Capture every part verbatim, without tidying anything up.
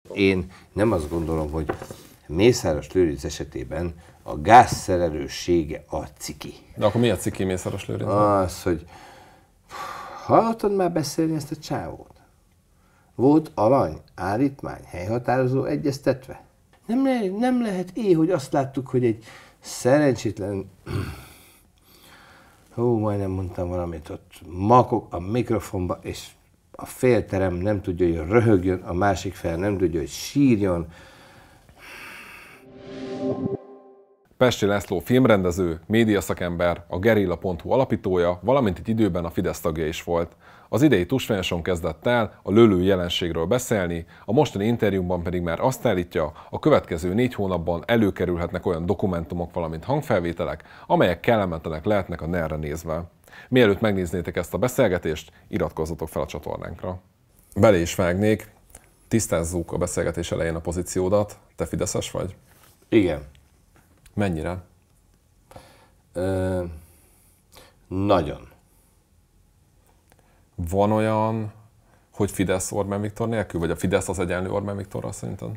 Én nem azt gondolom, hogy Mészáros Lőrinc esetében a gázszerelőssége a ciki. De akkor mi a ciki Mészáros Lőrinc? Az, hogy hallottad már beszélni ezt a csávót? Volt alany, állítmány, helyhatározó egyeztetve? Nem, le, nem lehet éj, hogy azt láttuk, hogy egy szerencsétlen... Hú, majdnem mondtam valamit ott. Makok a mikrofonba, és a félterem nem tudja, hogy röhögjön, a másik fel nem tudja, hogy sírjon. Pesti László filmrendező, médiaszakember, a gerilla pont hu alapítója, valamint egy időben a Fidesz tagja is volt. Az idei Tusványoson kezdett el a lölő jelenségről beszélni, a mostani interjúban pedig már azt állítja, a következő négy hónapban előkerülhetnek olyan dokumentumok, valamint hangfelvételek, amelyek kellemetlenek lehetnek a nerre nézve. Mielőtt megnéznétek ezt a beszélgetést, iratkozzatok fel a csatornánkra. Bele is vágnék, tisztázzuk a beszélgetés elején a pozíciódat. Te fideszes vagy? Igen. Mennyire? Ö, nagyon. Van olyan, hogy Fidesz Orbán Viktor nélkül? Vagy a Fidesz az egyenlő Orbán Viktorral szerinted?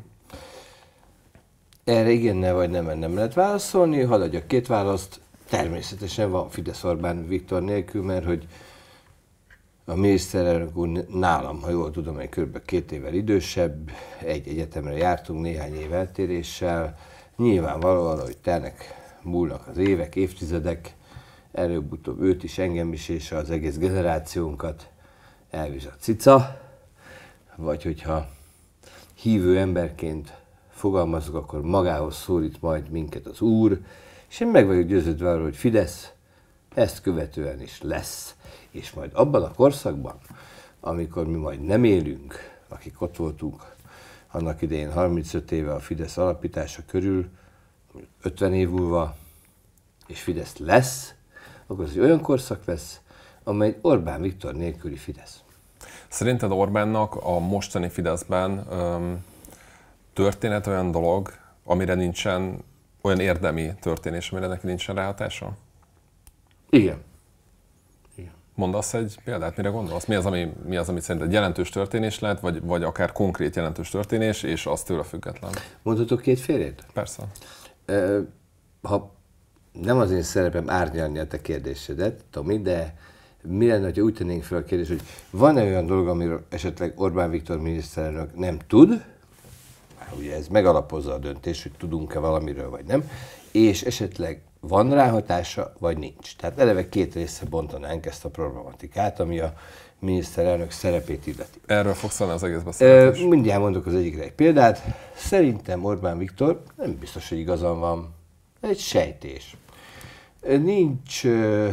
Erre igennel vagy nem, nem lehet válaszolni. Hadd adjak két választ. Természetesen van Fidesz Orbán Viktor nélkül, mert hogy a miniszterelnök úr nálam, ha jól tudom, egy kb. két évvel idősebb, egy egyetemre jártunk néhány év eltéréssel. Nyilvánvalóan, hogy telnek, múlnak az évek, évtizedek, előbb-utóbb őt is, engem is, és az egész generációnkat elvisz a cica, vagy hogyha hívő emberként fogalmazok, akkor magához szólít majd minket az Úr, és én meg vagyok győződve arról, hogy Fidesz ezt követően is lesz. És majd abban a korszakban, amikor mi majd nem élünk, akik ott voltunk annak idején harmincöt éve a Fidesz alapítása körül, ötven év múlva, és Fidesz lesz, akkor az egy olyan korszak lesz, amely Orbán Viktor nélküli Fidesz. Szerinted Orbánnak a mostani Fideszben öm, történet olyan dolog, amire nincsen, olyan érdemi történés, amire neki nincsen ráhatása? Igen. Igen. Mondasz egy példát, mire gondolsz? Mi az, ami, mi az amit szerinted jelentős történés lehet, vagy, vagy akár konkrét jelentős történés, és az tőle független? Mondhatok két félét? Persze. Ha nem az én szerepem árnyalni a te kérdésedet, Tomi, de mi lenne, ha úgy tennénk fel a kérdést, hogy van-e olyan dolog, amiről esetleg Orbán Viktor miniszterelnök nem tud, ugye ez megalapozza a döntést, hogy tudunk-e valamiről, vagy nem, és esetleg van rá hatása, vagy nincs. Tehát eleve két része bontanánk ezt a problematikát, ami a miniszterelnök szerepét illeti. Erről fogsz szólni az egész beszélgetés? E, mindjárt mondok az egyikre egy példát. Szerintem Orbán Viktor nem biztos, hogy igazán van. Egy sejtés. Nincs ö,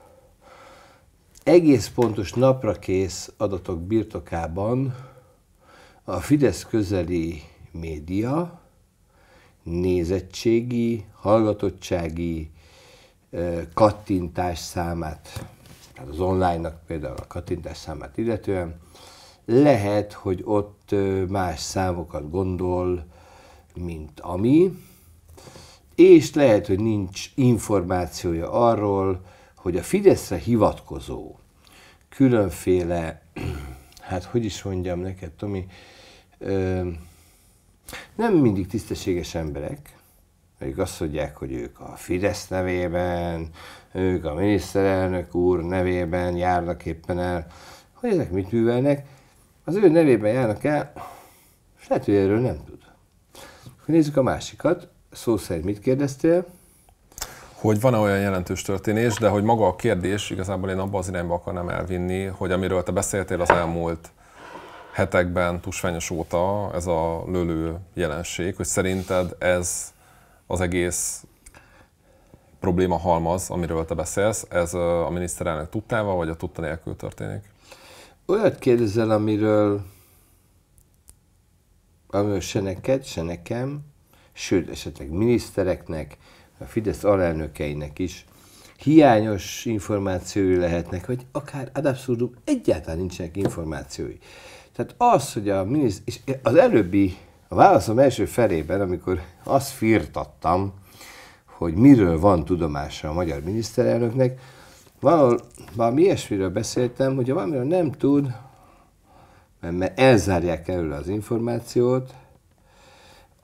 egész pontos naprakész adatok birtokában a Fidesz közeli média nézettségi, hallgatottsági ö, kattintás számát, tehát az online-nak például a kattintás számát illetően, lehet, hogy ott ö, más számokat gondol, mint ami, és lehet, hogy nincs információja arról, hogy a Fideszre hivatkozó különféle, hát hogy is mondjam neked, Tomi, ö, nem mindig tisztességes emberek, akik azt mondják, hogy ők a Fidesz nevében, ők a miniszterelnök úr nevében járnak éppen el, hogy ezek mit művelnek, az ő nevében járnak el, és lehet, hogy erről nem tud. Nézzük a másikat. Szó szerint mit kérdeztél? Hogy van-e olyan jelentős történés, de hogy maga a kérdés, igazából én abba az irányba akarnám elvinni, hogy amiről te beszéltél az elmúlt hetekben, tusványos óta, ez a lölő jelenség, hogy szerinted ez az egész probléma halmaz, amiről te beszélsz, ez a miniszterelnök tudtával, vagy a tudta nélkül történik? Olyat kérdezel, amiről, amiről se neked, se nekem, sőt, esetleg minisztereknek, a Fidesz alelnökeinek is hiányos információi lehetnek, vagy akár ad abszurdum egyáltalán nincsenek információi. Tehát az, hogy a miniszt... és az előbbi, a válaszom első felében, amikor azt firtattam, hogy miről van tudomása a magyar miniszterelnöknek, valahol valami ilyesmiről beszéltem, hogy valamiről nem tud, mert elzárják előle az információt,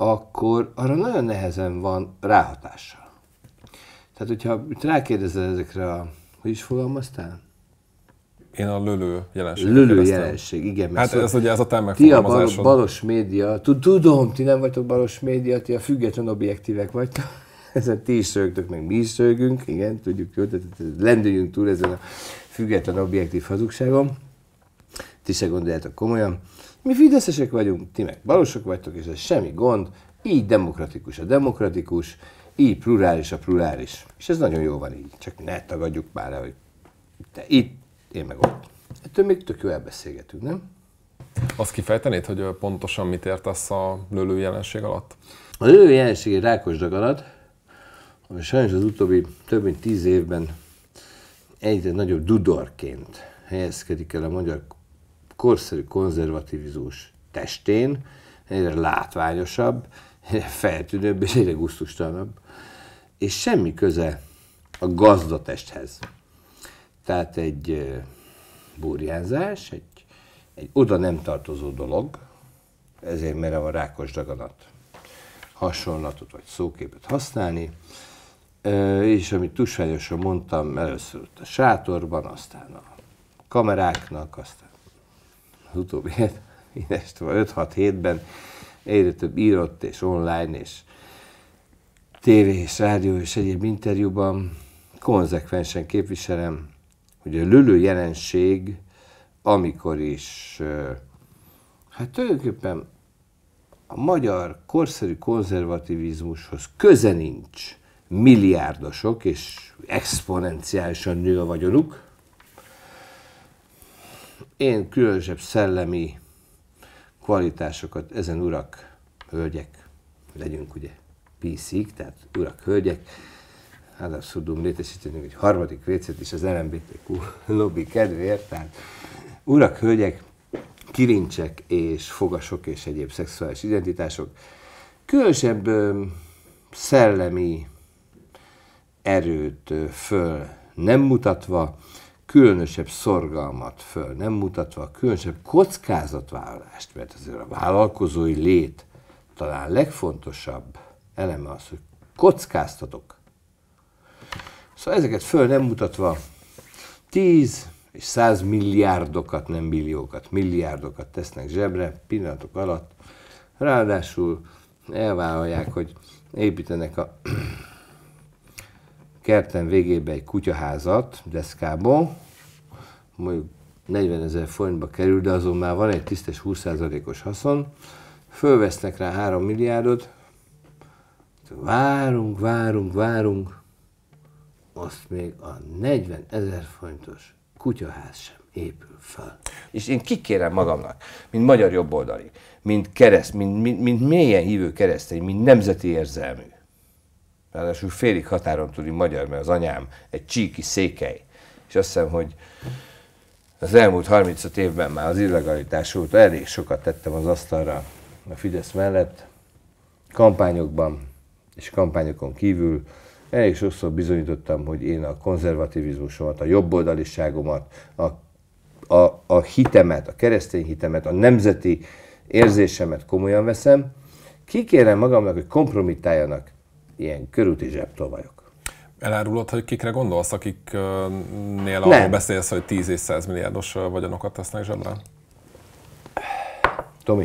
akkor arra nagyon nehezen van ráhatással. Tehát, hogyha rákérdezel ezekre a, hogy is fogalmaztál? Én a lölő jelenség. Lölő jelenség, igen. Hát szóval ez ugye ez a te ti a megfogalmazásod. balos média, tudom, ti nem vagytok balos média, ti a független objektívek vagytok. Ezen ti is rögtök, meg mi is rögünk, igen, tudjuk jól, tehát lendüljünk túl ezen a független objektív hazugságon. Ti se gondoljátok komolyan. Mi fideszesek vagyunk, ti meg balosok vagytok, és ez semmi gond. Így demokratikus a demokratikus, így plurális a plurális. És ez nagyon jó van így, csak ne tagadjuk már le, hogy te itt, én meg ott. Ettől még tök jó elbeszélgetünk, nem? Azt kifejtenéd, hogy pontosan mit értesz a lölő jelenség alatt? A lölő jelenség egy rákos daganat, ami sajnos az utóbbi több mint tíz évben egyre nagyobb dudorként helyezkedik el a magyar korszerű konzervativizmus testén, egyre látványosabb, egyre feltűnőbb és egyre gusztustalanabb, és semmi köze a gazdatesthez. Tehát egy burjánzás, egy, egy oda nem tartozó dolog, ezért merem a rákos daganat hasonlatot vagy szóképet használni, és amit tusványosan mondtam, először a sátorban, aztán a kameráknak, aztán az utóbbi öt-hat hétben egyre több írott és online és tévé és rádió és egyéb interjúban konzekvensen képviselem, hogy a lölő jelenség, amikor is, hát tulajdonképpen a magyar korszerű konzervativizmushoz köze nincs milliárdosok, és exponenciálisan nő a vagyonuk. Én különösebb szellemi kvalitásokat ezen urak, hölgyek, legyünk ugye pé cé-k, tehát urak, hölgyek, hát abszurdum létesítenünk egy harmadik vécét is az el em bé té kú lobby kedvéért, tehát urak, hölgyek, kirincsek és fogasok és egyéb szexuális identitások, különösebb ö, szellemi erőt ö, föl nem mutatva, különösebb szorgalmat föl nem mutatva, különösebb kockázatvállalást, mert azért a vállalkozói lét talán legfontosabb eleme az, hogy kockáztatok. Szóval ezeket föl nem mutatva tíz és száz milliárdokat, nem milliókat, milliárdokat tesznek zsebre pillanatok alatt. Ráadásul elvállalják, hogy építenek a kerten végébe egy kutyaházat deszkából, mondjuk negyvenezer forintba kerül, de azon már van egy tisztes húsz százalékos haszon, fölvesznek rá három milliárdot, várunk, várunk, várunk, azt még a negyvenezer forintos kutyaház sem épül fel. És én kikérem magamnak, mint magyar jobboldali, mint kereszt, mint, mint, mint mélyen hívő keresztény, mint nemzeti érzelmű. Ráadásul félig határon túli magyar, mert az anyám egy csíki székely. És azt hiszem, hogy az elmúlt harmincöt évben már az illegalitás óta elég sokat tettem az asztalra a Fidesz mellett. Kampányokban és kampányokon kívül elég sokszor bizonyítottam, hogy én a konzervativizmusomat, a jobboldaliságomat, a, a, a hitemet, a keresztény hitemet, a nemzeti érzésemet komolyan veszem. Kikérem magamnak, hogy kompromittáljanak ilyen körúti zsebtolvajok. Elárulod, hogy kikre gondolsz, akiknél arról beszélsz, hogy tíz és száz milliárdos vagyonokat tesznek zsebre? Tomi,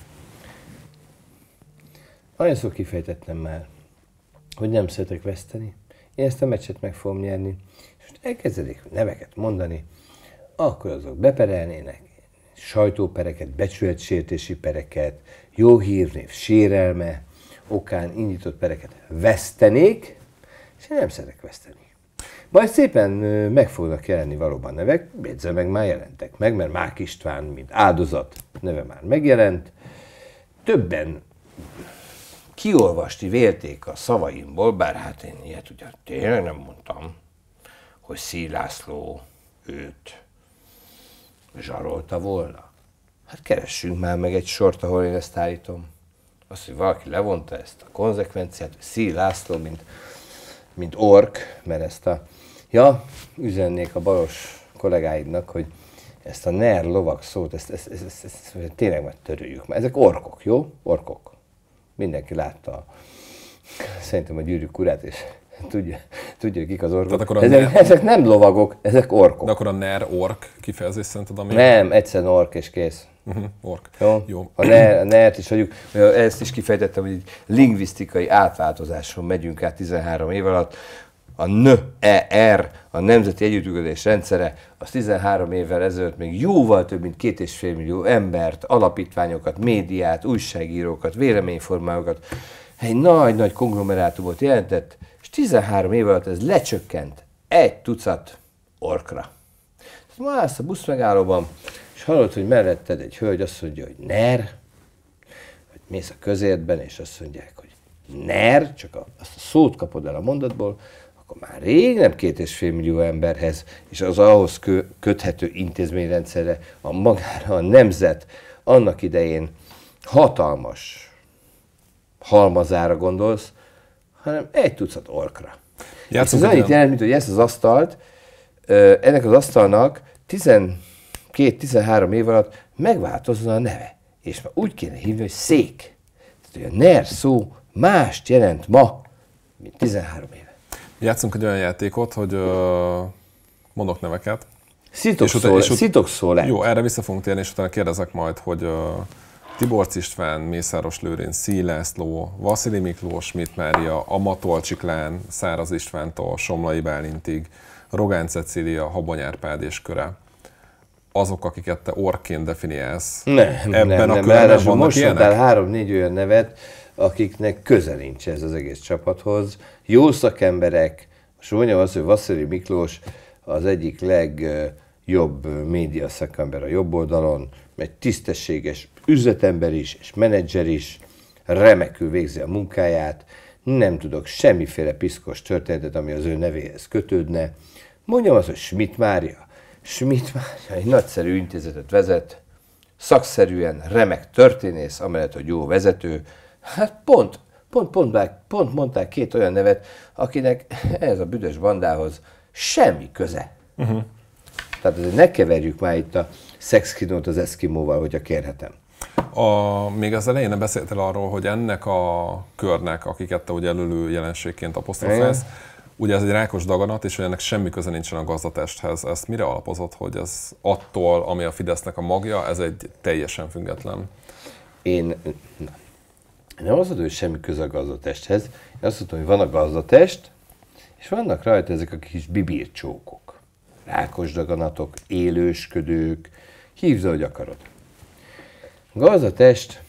olyan szó kifejtettem már, hogy nem szeretek veszteni. Én ezt a meccset meg fogom nyerni. És most elkezdenék neveket mondani, akkor azok beperelnének, sajtópereket, becsületsértési pereket, jó hírnév sérelme okán indított pereket vesztenék, és én nem szeretek veszteni. Majd szépen meg fognak jelenni valóban nevek, jegyzem meg, már jelentek meg, mert Mák István, mint áldozat neve már megjelent. Többen kiolvasti vélték a szavaimból, bár hát én ilyet ugye tényleg nem mondtam, hogy Szíj László őt zsarolta volna. Hát keressünk már meg egy sort, ahol én ezt állítom. Azt, hogy valaki levonta ezt a konzekvenciát, hogy Szíj László, mint, mint ork, mert ezt a... Ja, üzennék a balos kollégáidnak, hogy ezt a ner lovak szót, ezt, ezt, ezt, ezt, ezt, ezt tényleg már törüljük. Ezek orkok, jó? Orkok. Mindenki látta szerintem a Gyűrűk urát, és tudja, tudja kik az orkok. Ezek, ner... ezek nem lovagok, ezek orkok. De akkor a ner ork kifejezés szerinted, ami... Nem, egyszerűen ork és kész. Uh-huh, ork. Jó? Jó. A, ner, a nert is hagyjuk. Ezt is kifejtettem, hogy lingvisztikai átváltozáson megyünk át tizenhárom év alatt. A en e er, a Nemzeti Együttműködés rendszere, az tizenhárom évvel ezelőtt még jóval több mint két és fél millió embert, alapítványokat, médiát, újságírókat, véleményformálókat, egy nagy-nagy konglomerátumot jelentett, és tizenhárom év alatt ez lecsökkent egy tucat orkra. Ma állsz a buszmegállóban, és hallod, hogy melletted egy hölgy azt mondja, hogy ner, hogy mész a közértben, és azt mondják, hogy ner, csak a, azt a szót kapod el a mondatból, akkor már rég nem két és fél millió emberhez, és az ahhoz kö, köthető intézményrendszerre, a magára a nemzet annak idején hatalmas halmazára gondolsz, hanem egy tucat orkra. Játszunk és ez annyit jelent, mint hogy ezt az asztalt, ennek az asztalnak tizenkét-tizenhárom év alatt megváltozna a neve. És már úgy kéne hívni, hogy szék. Tehát, hogy a ner szó mást jelent ma, mint tizenhárom éve. Játszunk egy olyan játékot, hogy uh, mondok neveket. Szitokszó lett. Jó, erre vissza fogunk térni, és utána kérdezek majd, hogy uh, Tiborcs István, Mészáros Lőrinc, Szíj László, Vasili Miklós, Schmidt Mária, Amatol Csiklán, Száraz Istvántól, Somlai Bálintig, Rogán Cecília, Habony Árpád és köre. Azok, akiket te orkként definiálsz. Nem, ebben nem, a nem. körben vannak most mondtál három-négy olyan nevet, akiknek köze nincs ez az egész csapathoz. Jó szakemberek, most mondjam azt, hogy Vasili Miklós az egyik legjobb média szakember a jobb oldalon, egy tisztességes üzletember is, és menedzser is, remekül végzi a munkáját, nem tudok semmiféle piszkos történetet, ami az ő nevéhez kötődne. Mondjam azt, hogy Schmidt Mária. Schmidt Mária egy nagyszerű intézetet vezet, szakszerűen remek történész, amellett, hogy jó vezető. Hát pont, pont, pont, pont mondták két olyan nevet, akinek ez a büdös bandához semmi köze. Uh-huh. Tehát azért ne keverjük már itt a szexkinót az eszkimóval, hogyha kérhetem. A, még az elején beszéltél arról, hogy ennek a körnek, akiket te ugye előlő jelenségként apostrofálsz, ugye ez egy rákos daganat, és hogy ennek semmi köze nincsen a gazdatesthez. Ezt mire alapozott, hogy ez attól, ami a Fidesznek a magja, ez egy teljesen független? Én na, nem azt mondom, hogy semmi köze a gazdatesthez. Én azt mondom, hogy van a gazdatest, és vannak rajta ezek a kis bibircsókok. Rákos daganatok, élősködők, hívd, ahogy akarod. A gazdatest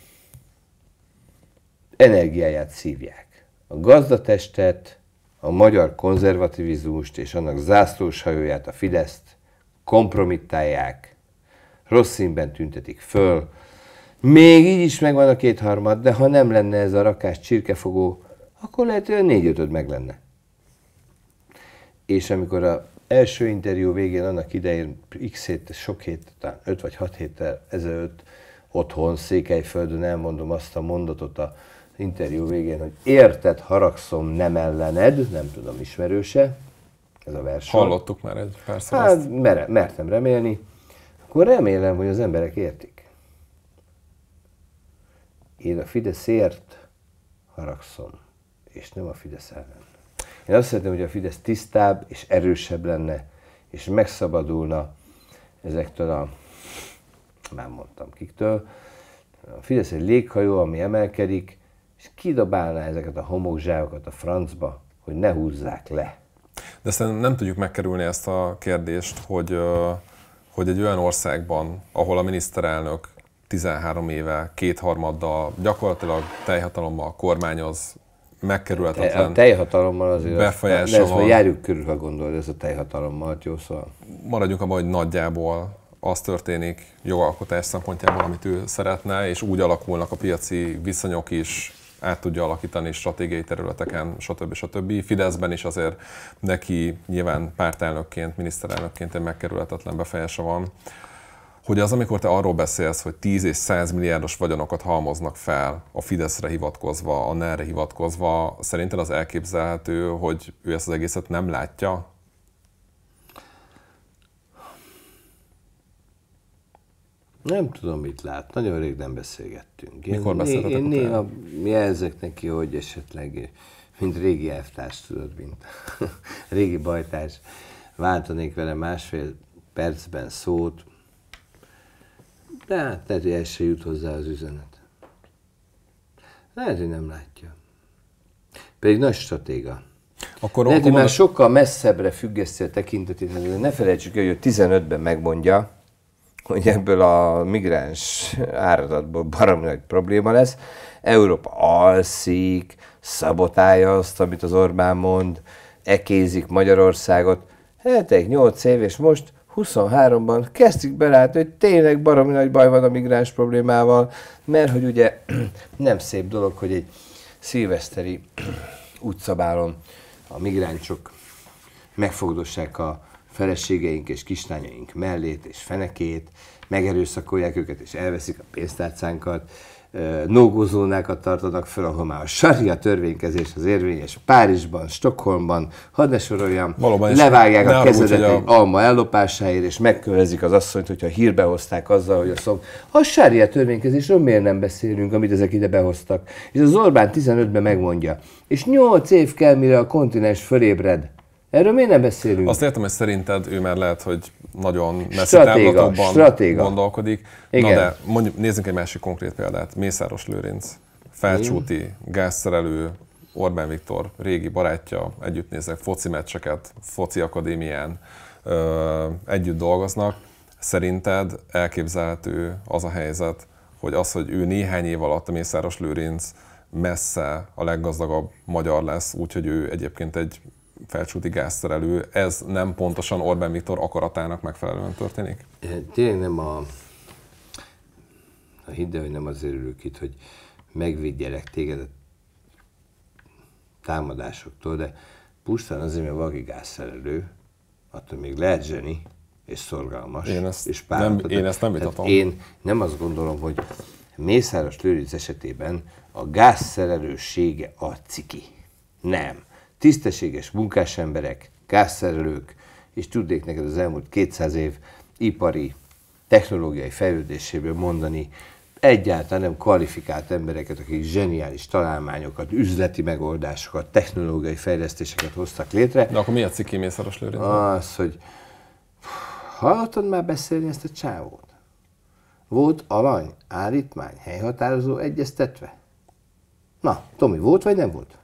energiáját szívják. A gazdatestet, a magyar konzervativizmust és annak zászlós hajóját, a Fideszt kompromittálják, rossz színben tüntetik föl. Még így is megvan a kétharmad, de ha nem lenne ez a rakás csirkefogó, akkor lehet, hogy a négy-ötöd meg lenne. És amikor az első interjú végén annak idején x hét, sok hét, talán öt vagy hat héttel ezelőtt otthon, Székelyföldön elmondom azt a mondatot a interjú végén, hogy érted, haragszom, nem ellened, nem tudom, ismerőse, ez a verseny. Hallottuk már egy párszor. Hát mer- mertem remélni, akkor remélem, hogy az emberek értik. Én a Fideszért haragszom, és nem a Fidesz ellen. Én azt szeretném, hogy a Fidesz tisztább és erősebb lenne, és megszabadulna ezektől a, már mondtam kiktől, a Fidesz egy léghajó, ami emelkedik, és kidobálná ezeket a homokzsákokat a francba, hogy ne húzzák le. De szerintem nem tudjuk megkerülni ezt a kérdést, hogy, hogy egy olyan országban, ahol a miniszterelnök tizenhárom éve, kétharmaddal, gyakorlatilag teljhatalommal kormányoz, megkerülhetetlen A teljhatalommal azért befolyása azt, de van. járjuk körül, ha gondolod, ez a teljhatalommal, jó szóval. Maradjunk abban, hogy nagyjából az történik jogalkotás szempontjából, amit ő szeretne, és úgy alakulnak a piaci viszonyok is, át tudja alakítani stratégiai területeken, stb. stb. Fideszben is azért neki nyilván pártelnökként, miniszterelnökként egy megkerülhetetlen befolyása van. Hogy az, amikor te arról beszélsz, hogy tíz és száz milliárdos vagyonokat halmoznak fel a Fideszre hivatkozva, a ner-re hivatkozva, szerinted az elképzelhető, hogy ő ezt az egészet nem látja? Nem tudom, mit lát. Nagyon rég nem beszélgettünk. Mikor én, beszéltetek én, én néha jelzek neki, hogy esetleg, mint régi elvtárs, tudod, mint régi bajtárs, váltanék vele másfél percben szót, de hát lehet, hogy el se jut hozzá az üzenet. Lehet, hogy nem látja. Pedig nagy stratéga. Akkor, lehet, akkor hogy már mondod... sokkal messzebbre függeszti a tekintetét, de ne felejtsük el, hogy tizenötben megmondja, hogy ebből a migráns áradatból baromi nagy probléma lesz. Európa alszik, szabotálja azt, amit az Orbán mond, ekézik Magyarországot. Hát egy nyolc év, és most huszonháromban kezdik belátni, hogy tényleg baromi nagy baj van a migráns problémával, mert hogy ugye nem szép dolog, hogy egy szilveszteri utcabálon a migránsok megfogdossák a feleségeink és kislányaink mellét és fenekét, megerőszakolják őket és elveszik a pénztárcánkat, no-go-zónákat tartanak fel, ahol már a saria törvénykezés az érvényes Párizsban, Stockholmban, hadd ne soroljam, valóban levágják a kezedet egy a... alma ellopásáért, és megkövezik az asszonyt, hogyha hírbe hozták azzal, hogy a szom... A saria törvénykezésről miért nem beszélünk, amit ezek ide behoztak? És az Orbán tizenötben megmondja. És nyolc év kell, mire a kontinens fölébred. Erről miért nem beszélünk? Azt értem, hogy szerinted ő már lehet, hogy nagyon messzi távlatokban gondolkodik. Igen. Na de mondjuk, nézzünk egy másik konkrét példát. Mészáros Lőrinc, felcsúti, gázszerelő, Orbán Viktor régi barátja, együtt néznek foci meccseket, foci akadémián, ö, együtt dolgoznak. Szerinted elképzelhető az a helyzet, hogy az, hogy ő néhány év alatt a Mészáros Lőrinc messze a leggazdagabb magyar lesz, úgyhogy ő egyébként egy felcsúti gázszerelő, ez nem pontosan Orbán Viktor akaratának megfelelően történik? Tényleg nem a... Hidd el, hogy nem azért ülök itt, hogy megvédjelek téged a támadásoktól, de pusztán azért, mert valaki gázszerelő, attól még lehet zseni, és szorgalmas, én ezt és nem, én ezt nem vitatom. Én nem azt gondolom, hogy Mészáros Lőrinc esetében a gázszerelősége a ciki. Nem. Tisztességes munkásemberek, gázszerelők, és tudnék neked az elmúlt kétszáz év ipari, technológiai fejlődéséből mondani egyáltalán nem kvalifikált embereket, akik zseniális találmányokat, üzleti megoldásokat, technológiai fejlesztéseket hoztak létre. De akkor mi a ciki Mészáros Lőrinc? Az, hogy hallottad már beszélni ezt a csávót? Volt alany, állítmány, helyhatározó egyeztetve? Na, Tomi, volt vagy nem volt?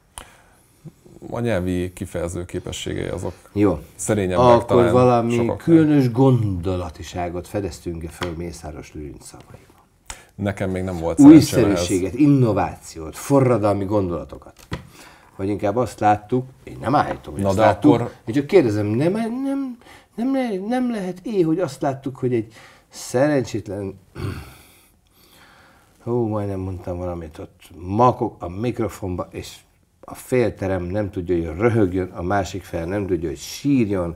A nyelvi kifejező képességei azok jó. szerényebbek akkor talán. Valami különös gondolatiságot fedeztünk-e föl Mészáros Lőrinc szavaiban? Nekem még nem volt szerencsém ehhez. Újszerűséget, innovációt, forradalmi gondolatokat. Vagy inkább azt láttuk, én nem állítom, hogy Na azt de láttuk, akkor... én csak kérdezem, nem, nem, nem, le, nem lehet éh, hogy azt láttuk, hogy egy szerencsétlen... Hú, majdnem mondtam valamit ott, makok a mikrofonba, és a félterem nem tudja, hogy röhögjön, a másik fel nem tudja, hogy sírjon.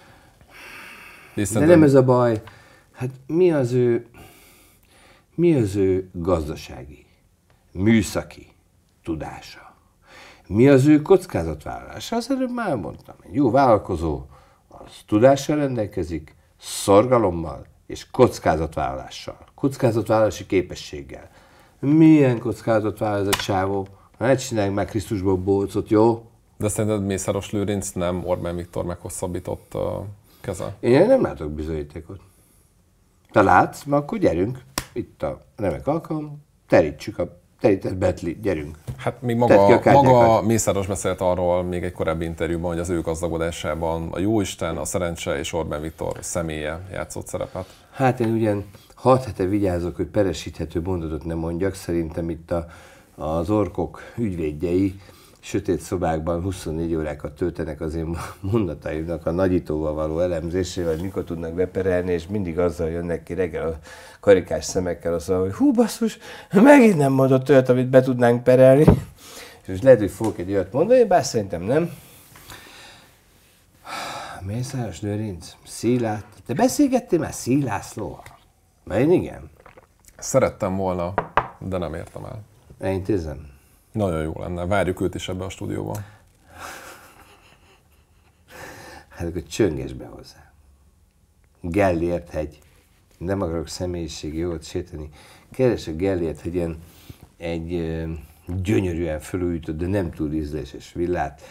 De nem ez a baj. Hát mi az ő, mi az ő gazdasági, műszaki tudása? Mi az ő kockázatvállalása? Azt előbb már mondtam. Egy jó vállalkozó az tudással rendelkezik, szorgalommal és kockázatvállalással. Kockázatvállalási képességgel. Milyen kockázatvállal ez a csávó? Ne csináljuk már Krisztusból bólcot, jó? De szerinted Mészáros Lőrinc nem Orbán Viktor meghosszabbított uh, keze? Én nem látok bizonyítékot. Te látsz, ma akkor gyerünk. Itt a remek alkalom, terítsük a terített betli, gyerünk. Hát még maga, maga Mészáros beszélt arról még egy korábbi interjúban, hogy az ő gazdagodásában a jóisten, a szerencse és Orbán Viktor személye játszott szerepet. Hát én ugyan hat hete vigyázok, hogy peresíthető mondatot nem mondjak. Szerintem itt a, az orkok ügyvédjei sötét szobákban huszonnégy órákat töltenek az én mondataimnak a nagyítóval való elemzésével, mikor tudnak beperelni, és mindig azzal jönnek ki reggel a karikás szemekkel, azzal, hogy hú basszus, megint nem mondott olyat, amit be tudnánk perelni. És lehet, hogy fogok egy olyat mondani, bár szerintem nem. Mészáros Lőrinc, Szilárd, te beszélgettél már Szílászlóval? Mert én igen. Szerettem volna, de nem értem el. Elintézem. Nagyon jó lenne. Várjuk őt is ebbe a stúdióba. Hát akkor csönges be hozzá. Gellért hegy. Nem akarok személyiségi jogot sétani. Keres a Gellért hegyen egy ö, gyönyörűen fölújított, de nem túl ízléses villát,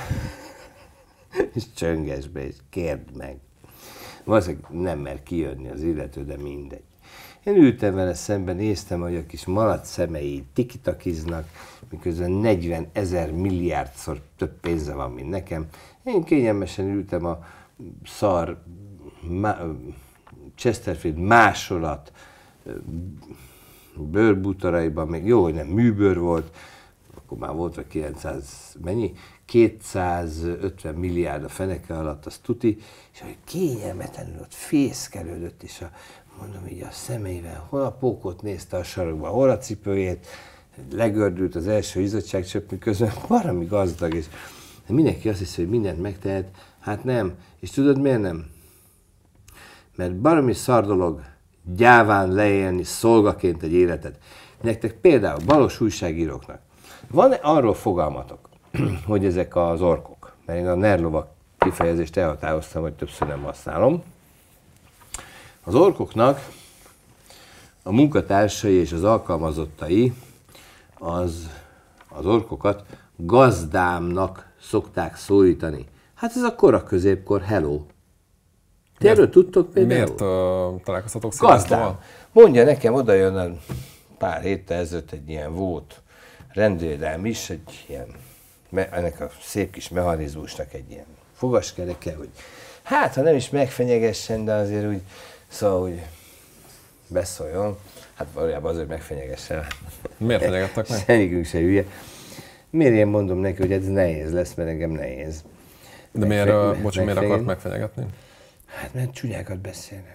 és csönges be, és kérd meg. Valószínűleg nem mer kijönni az illető, de mindegy. Én ültem vele szemben, néztem, hogy a kis malac szemei tikitakiznak, miközben negyven ezer milliárdszor több pénze van, mint nekem. Én kényelmesen ültem a szar Chesterfield másolat bőrbutaraiban, még jó, hogy nem műbőr volt, akkor már volt a kilencszáz, mennyi? kétszázötven milliárd a feneke alatt, az tuti, és hogy kényelmetlenül ott fészkelődött, és a, mondom így a szemeivel, hol a pókot nézte a sarokba, hol a cipőjét, legördült az első izzadságcsöpp, miközben valami gazdag, és mindenki azt hiszi, hogy mindent megtehet, hát nem. És tudod miért nem? Mert baromi szar dolog gyáván leélni szolgaként egy életet. Nektek például balos újságíróknak van arról fogalmatok, hogy ezek az orkok, mert én a nerlova kifejezést elhatároztam, hogy többször nem használom. Az orkoknak a munkatársai és az alkalmazottai az, az orkokat gazdámnak szokták szólítani. Hát ez a kora középkor, hello. Ti erről tudtok például? Miért uh, találkoztatok Szilvesztóval? Mondja nekem, oda jön pár héttel ezelőtt egy ilyen volt rendvédelm is, egy ilyen, ennek a szép kis mechanizmusnak egy ilyen fogaskereke, hogy hát, ha nem is megfenyegessen, de azért úgy, szóval úgy beszóljon. Hát valójában azért megfenyegessen. Miért fenyegettek meg? Egyikünk se hülye. Miért én mondom neki, hogy ez nehéz lesz, mert engem nehéz. De miért, uh, bocs, miért akart megfenyegetni? Hát mert csúnyákat beszélnek.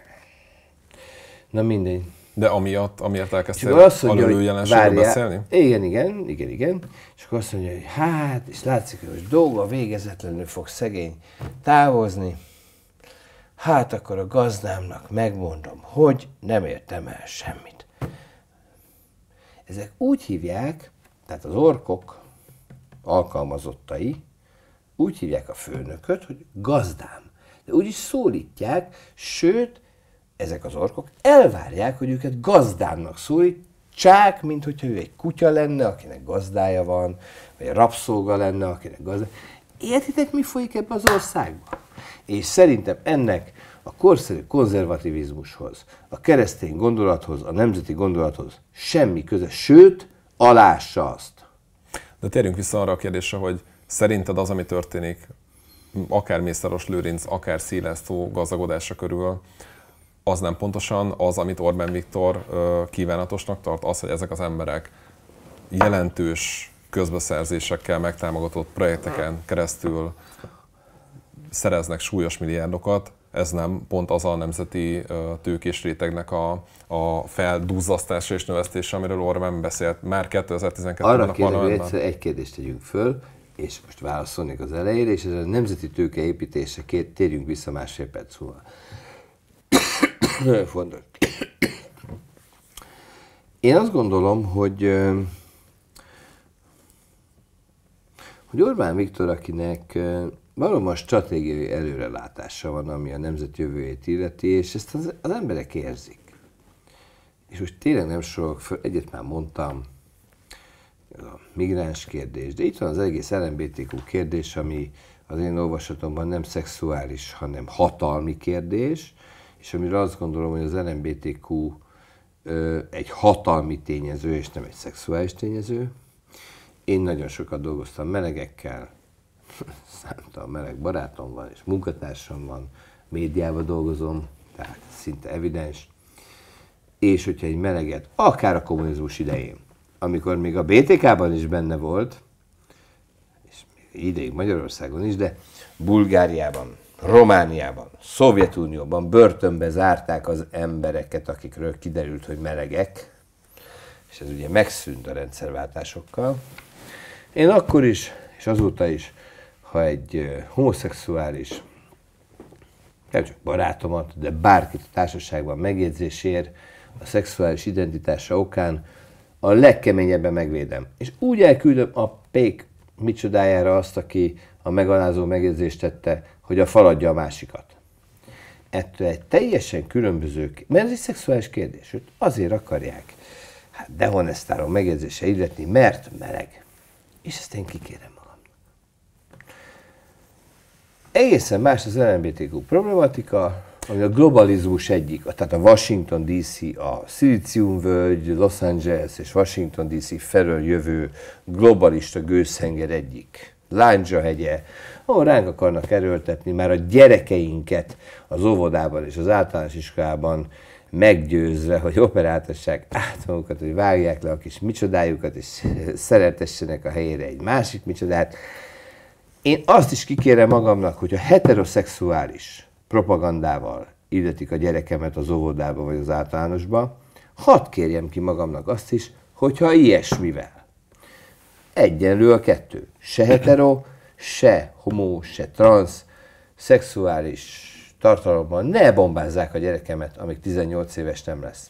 Na mindegy. De amiatt, amiért elkezdtél a lölő jelenségről beszélni? Igen, igen, igen, igen. És akkor azt mondja, hogy hát, és látszik, hogy most dolga végezetlenül fog szegény távozni. Hát akkor a gazdámnak megmondom, hogy nem értem el semmit. Ezek úgy hívják, tehát az orkok alkalmazottai, úgy hívják a főnököt, hogy gazdám. De úgy is szólítják, sőt, ezek az orkok elvárják, hogy őket gazdámnak szólítsák, mint hogyha ő egy kutya lenne, akinek gazdája van, vagy rabszolga lenne, akinek gazdája. Értitek, mi folyik ebbe az országban? És szerintem ennek a korszerű konzervativizmushoz, a keresztény gondolathoz, a nemzeti gondolathoz semmi köze, sőt, alássa azt. De térjünk vissza arra a kérdésre, hogy szerinted az, ami történik, akár Mészáros Lőrinc, akár Szilvesztó gazdagodása körül, az nem pontosan az, amit Orbán Viktor kívánatosnak tart, az, hogy ezek az emberek jelentős közbeszerzésekkel megtámogatott projekteken keresztül szereznek súlyos milliárdokat, ez nem pont az a nemzeti tőkés rétegnek a, a felduzzasztása és növesztése, amiről Orbán beszélt már kétezer-tizenkettőben. Arra kérlek, hogy egyszer egy kérdést tegyünk föl, és most válaszolnék az elejére, és ez a nemzeti tőke építése, térjünk vissza másfél perc múlva. Nagyon fontos. Én azt gondolom, hogy, hogy Orbán Viktor, akinek valóban stratégiai előrelátása van, ami a nemzet jövőjét illeti, és ezt az, az emberek érzik. És most tényleg nem sorolok föl, egyet már mondtam, ez a migráns kérdés, de itt van az egész el em bé té kú kérdés, ami az én olvasatomban nem szexuális, hanem hatalmi kérdés, és amiről azt gondolom, hogy az el em bé té kú ö, egy hatalmi tényező, és nem egy szexuális tényező. Én nagyon sokat dolgoztam melegekkel, számtalan meleg barátom van, és munkatársam van, médiában dolgozom, tehát szinte evidens. És hogyha egy meleget, akár a kommunizmus idején, amikor még a bé té ká-ban is benne volt, és még ideig Magyarországon is, de Bulgáriában, Romániában, Szovjetunióban börtönbe zárták az embereket, akikről kiderült, hogy melegek, és ez ugye megszűnt a rendszerváltásokkal. Én akkor is, és azóta is, ha egy homoszexuális, nem csak barátomat, de bárkit a társaságban megjegyzésér a szexuális identitása okán, a legkeményebben megvédem. És úgy elküldöm a pék micsodájára azt, aki a megalázó megjegyzést tette, hogy a faladja a másikat. Ettől egy teljesen különböző, mert ez egy szexuális kérdés, őt azért akarják hát dehonestáló megjegyzése illetni, mert meleg. És ezt én kikérem magam. Egészen más az el em bé té kú problematika, ami a globalizmus egyik, tehát a Washington dé cé, a Szilíciumvölgy, Los Angeles és Washington dé cé felől jövő globalista gőzhenger egyik Lándzsa hegye, ahol ránk akarnak erőltetni már a gyerekeinket az óvodában és az általános iskolában meggyőzve, hogy operáltassák át magukat, hogy vágják le a kis micsodájukat, és szeretessenek a helyére egy másik micsodát. Én azt is kikérem magamnak, hogy a heteroszexuális propagandával illetik a gyerekemet az óvodába vagy az általánosba, hadd kérjem ki magamnak azt is, hogyha ilyesmivel egyenlő a kettő. Se hetero, se homo, se transz, szexuális tartalommal ne bombázzák a gyerekemet, amíg tizennyolc éves nem lesz.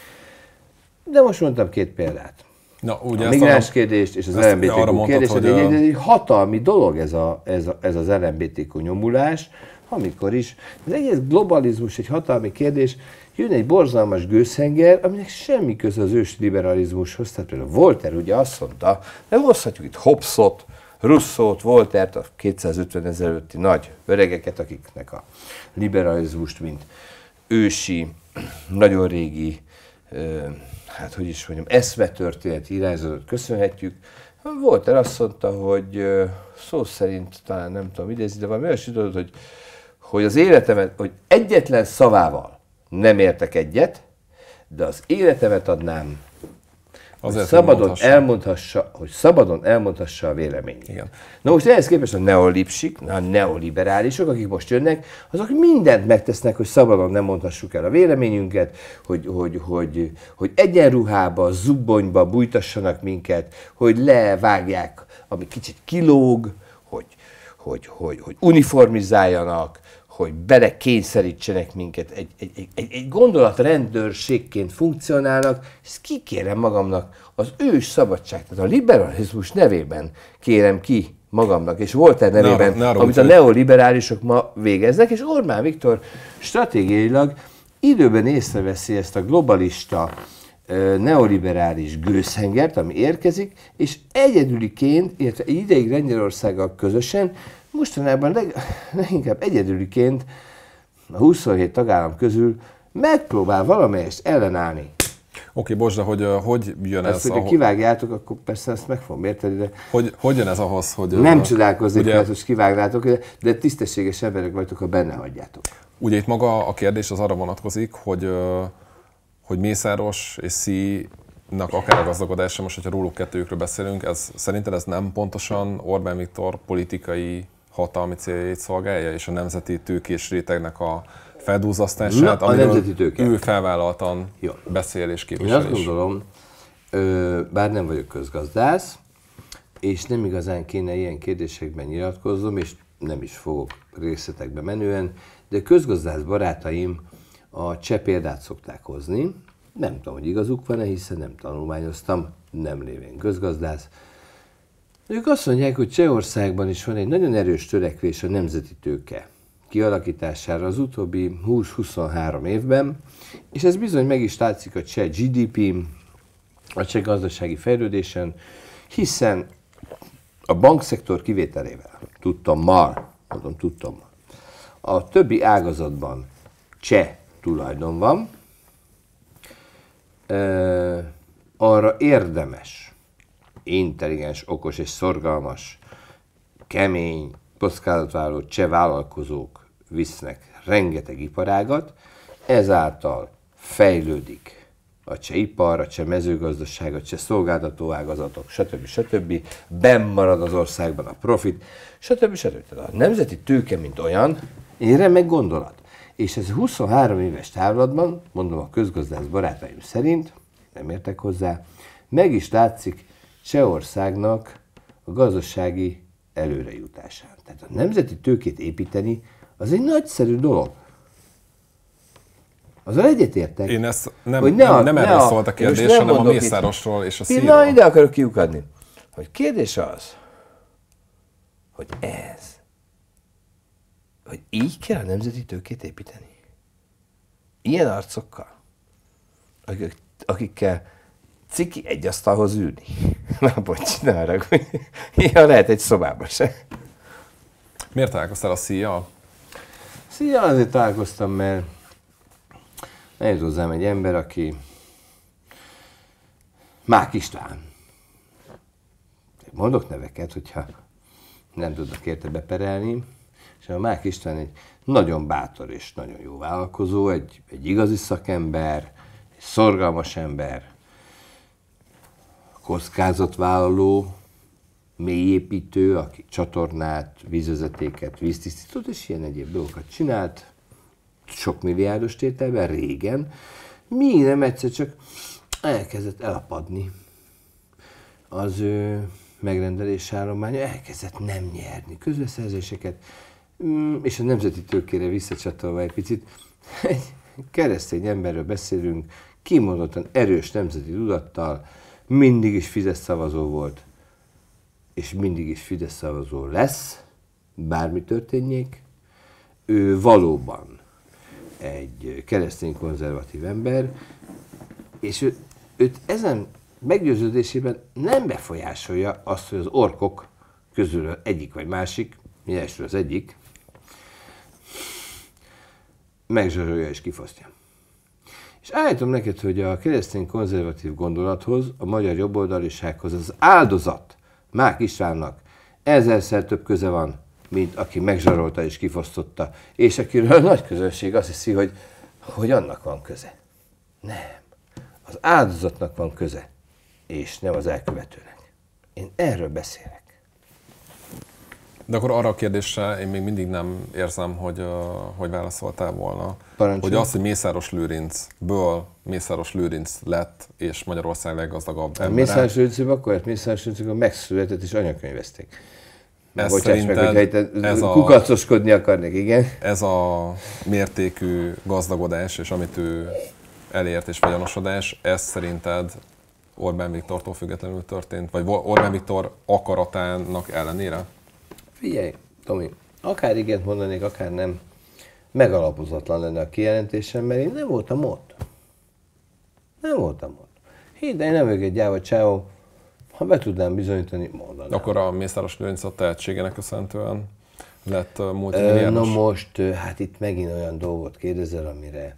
De most mondtam két példát. Na, ugye a migráns kérdést és az el em bé té kú kérdést. Egy, egy, egy hatalmi dolog ez, a, ez, a, ez az el em bé té kú nyomulás, amikor is. Az egész globalizmus egy hatalmi kérdés, jön egy borzalmas gőzhenger, aminek semmi köze az ős liberalizmushoz. Tehát például Voltaire ugye azt mondta, de hozhatjuk itt Hobbesot, Rousseau-t, Voltaire-t, a kétszázötven ezer előtti nagy öregeket, akiknek a liberalizmust, mint ősi, nagyon régi, hát hogy is mondjam, eszmetörténeti irányzatot köszönhetjük. Voltaire azt mondta, hogy szó szerint, talán nem tudom idézni, de valami olyasmi tudod, hogy, hogy az életemet, hogy egyetlen szavával nem értek egyet, de az életemet adnám, Azért, hogy szabadon elmondhassa, hogy szabadon elmondhassa a véleményét. Igen. Na most ehhez képest a neolipsik, a neoliberálisok, akik most jönnek, azok mindent megtesznek, hogy szabadon nem mondhassuk el a véleményünket, hogy, hogy, hogy, hogy egyenruhába, zubbonyba bújtassanak minket, hogy levágják, ami kicsit kilóg, hogy, hogy, hogy, hogy uniformizáljanak, hogy bele kényszerítsenek minket, egy, egy, egy, egy, egy gondolatrendőrségként funkcionálnak, ezt kikérem magamnak az ős szabadság, tehát a liberalizmus nevében kérem ki magamnak, és Voltaire nevében, ne, ne amit a neoliberálisok ma végeznek, és Orbán Viktor stratégiailag időben észreveszi ezt a globalista, neoliberális gőzhengert, ami érkezik, és egyedüliként, illetve ideig Lengyelországgal közösen, mostanában leg, leginkább egyedüliként a huszonhét tagállam közül megpróbál valamelyest ellenállni. Oké, okay, bocs, de hogy, hogy jön ezt, ez? Hogyha ahhoz... kivágjátok, akkor persze ezt meg fogom érteni, de... Hogy, hogy jön ez ahhoz, hogy... Nem csodálkozik, ugye... mert most kivágnátok, de, de tisztességes emberek vagytok, ha benne hagyjátok. Ugye itt maga a kérdés az arra vonatkozik, hogy, hogy Mészáros és Szijnak akár a gazdagodása, most, hogyha róluk kettőjükről beszélünk, ez, szerinted ez nem pontosan Orbán Viktor politikai hatalmi céljait szolgálja, és a nemzeti tőkés rétegnek a feldúzzasztását, amiről ő felvállaltan Jó. beszél és képvisel. Én azt gondolom, bár nem vagyok közgazdász, és nem igazán kéne ilyen kérdésekben nyilatkoznom, és nem is fogok részletekbe menően, de közgazdász barátaim a cseh példát szokták hozni. Nem tudom, hogy igazuk van-e, hiszen nem tanulmányoztam, nem lévén közgazdász. Ők azt mondják, hogy Csehországban is van egy nagyon erős törekvés a nemzeti tőke kialakítására az utóbbi húsz-huszonhárom évben, és ez bizony meg is látszik a cseh gé dé pé-n, a cseh gazdasági fejlődésen, hiszen a bankszektor kivételével, tudtommal, mondom tudtommal, a többi ágazatban cseh tulajdon van, e, arra érdemes, intelligens, okos és szorgalmas, kemény, kockázatvállaló cseh vállalkozók visznek rengeteg iparágat, ezáltal fejlődik a cseh ipar, a cseh mezőgazdaság, a cseh szolgáltató ágazatok, stb. stb. Benn marad az országban a profit, stb. stb. A nemzeti tőke, mint olyan, egy remek gondolat. És ez huszonhárom éves távlatban, mondom a közgazdász barátaim szerint, nem értek hozzá, meg is látszik Csehországnak a gazdasági előrejutásán. Tehát a nemzeti tőkét építeni, az egy nagyszerű dolog. Azzal egyetértek. Én ezt nem, hogy nem, a, nem erről szólt a kérdés, hanem a Mészárosról és a Szijról. Na, ide akarok kiukadni. Hogy kérdés az, hogy ez, hogy így kell a nemzeti tőkét építeni. Ilyen arcokkal, akik, akikkel ciki egy asztalhoz ülni. Na, bocs, ne haragudj. Ja, lehet egy szobában se. Miért találkoztál a Szíjjal? Szíjjal azért találkoztam, mert eljött hozzám egy ember, aki Mák István. Mondok neveket, hogyha nem tudok érte beperelni. És a Mák István egy nagyon bátor és nagyon jó vállalkozó, egy, egy igazi szakember, egy szorgalmas ember, kockázatvállaló, mélyépítő, aki csatornát, vízvezetéket, víztisztítót és ilyen egyéb dolgokat csinált, sok milliárdos tételben, régen, míg nem egyszer csak elkezdett elapadni. Az ő megrendelés állománya elkezdett nem nyerni közbeszerzéseket, és a nemzeti tőkére visszacsatolva egy picit, egy keresztény emberről beszélünk, kimondottan erős nemzeti tudattal, mindig is Fidesz szavazó volt, és mindig is Fidesz szavazó lesz, bármi történjék. Ő valóban egy keresztény konzervatív ember, és ő, őt ezen meggyőződésében nem befolyásolja azt, hogy az orkok közül egyik vagy másik, mindesről az egyik, megzsarolja és kifosztja. És állítom neked, hogy a keresztény konzervatív gondolathoz, a magyar jobboldalisághoz az áldozat Mák Istvánnak ezerszer több köze van, mint aki megzsarolta és kifosztotta, és akiről a nagy közönség azt hiszi, hogy, hogy annak van köze. Nem. Az áldozatnak van köze, és nem az elkövetőnek. Én erről beszélek. De akkor arra a kérdésre én még mindig nem érzem, hogy, uh, hogy válaszoltál volna. Parancsolj. Hogy az, hogy Mészáros Lőrincből Mészáros Lőrinc lett, és Magyarország leggazdagabb embere. Mészáros Lőrincből akkor lett Mészáros Lőrincből megszületett és anyakönyvezték. Ez Bocsáss meg, hogyha itt ez kukacoskodni akarnék, igen. Ez a mértékű gazdagodás, és amit ő elért és vagyonosodás, ez szerinted Orbán Viktortól függetlenül történt? Vagy Orbán Viktor akaratának ellenére? Figyelj, Tomi, akár igent mondanék, akár nem, megalapozatlan lenne a kijelentésem, mert én nem voltam ott. Nem voltam ott. Hidd, én nem vagyok egy gyáva csávó, ha be tudnám bizonyítani, mondanám. Akkor a Mészáros Lőrinc a tehetségének köszönhetően lett multimilliárdos? Na most, hát itt megint olyan dolgot kérdezel, amire...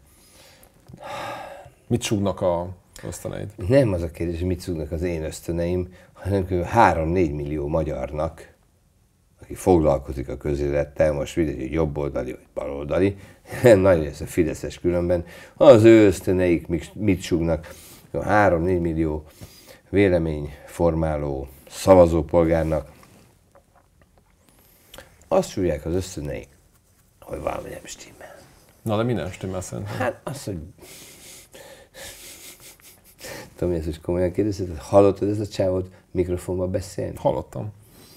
Mit súgnak a ösztöneid? Nem az a kérdés, hogy mit szúgnak az én ösztöneim, hanem kb. három-négy millió magyarnak, aki foglalkozik a közélettel, most mindegy, hogy jobboldali vagy baloldali, nagy rész a fideszes különben, az ő ösztöneik mit súgnak, három-négy millió véleményformáló szavazópolgárnak, azt súgják az ösztöneik, hogy valami nem stimmel. Na, de mi nem stimmel szerintem? Hát az, hogy... Tomi, ezt is komolyan kérdezted, hallottad ezt a csávot mikrofonban beszélni? Hallottam.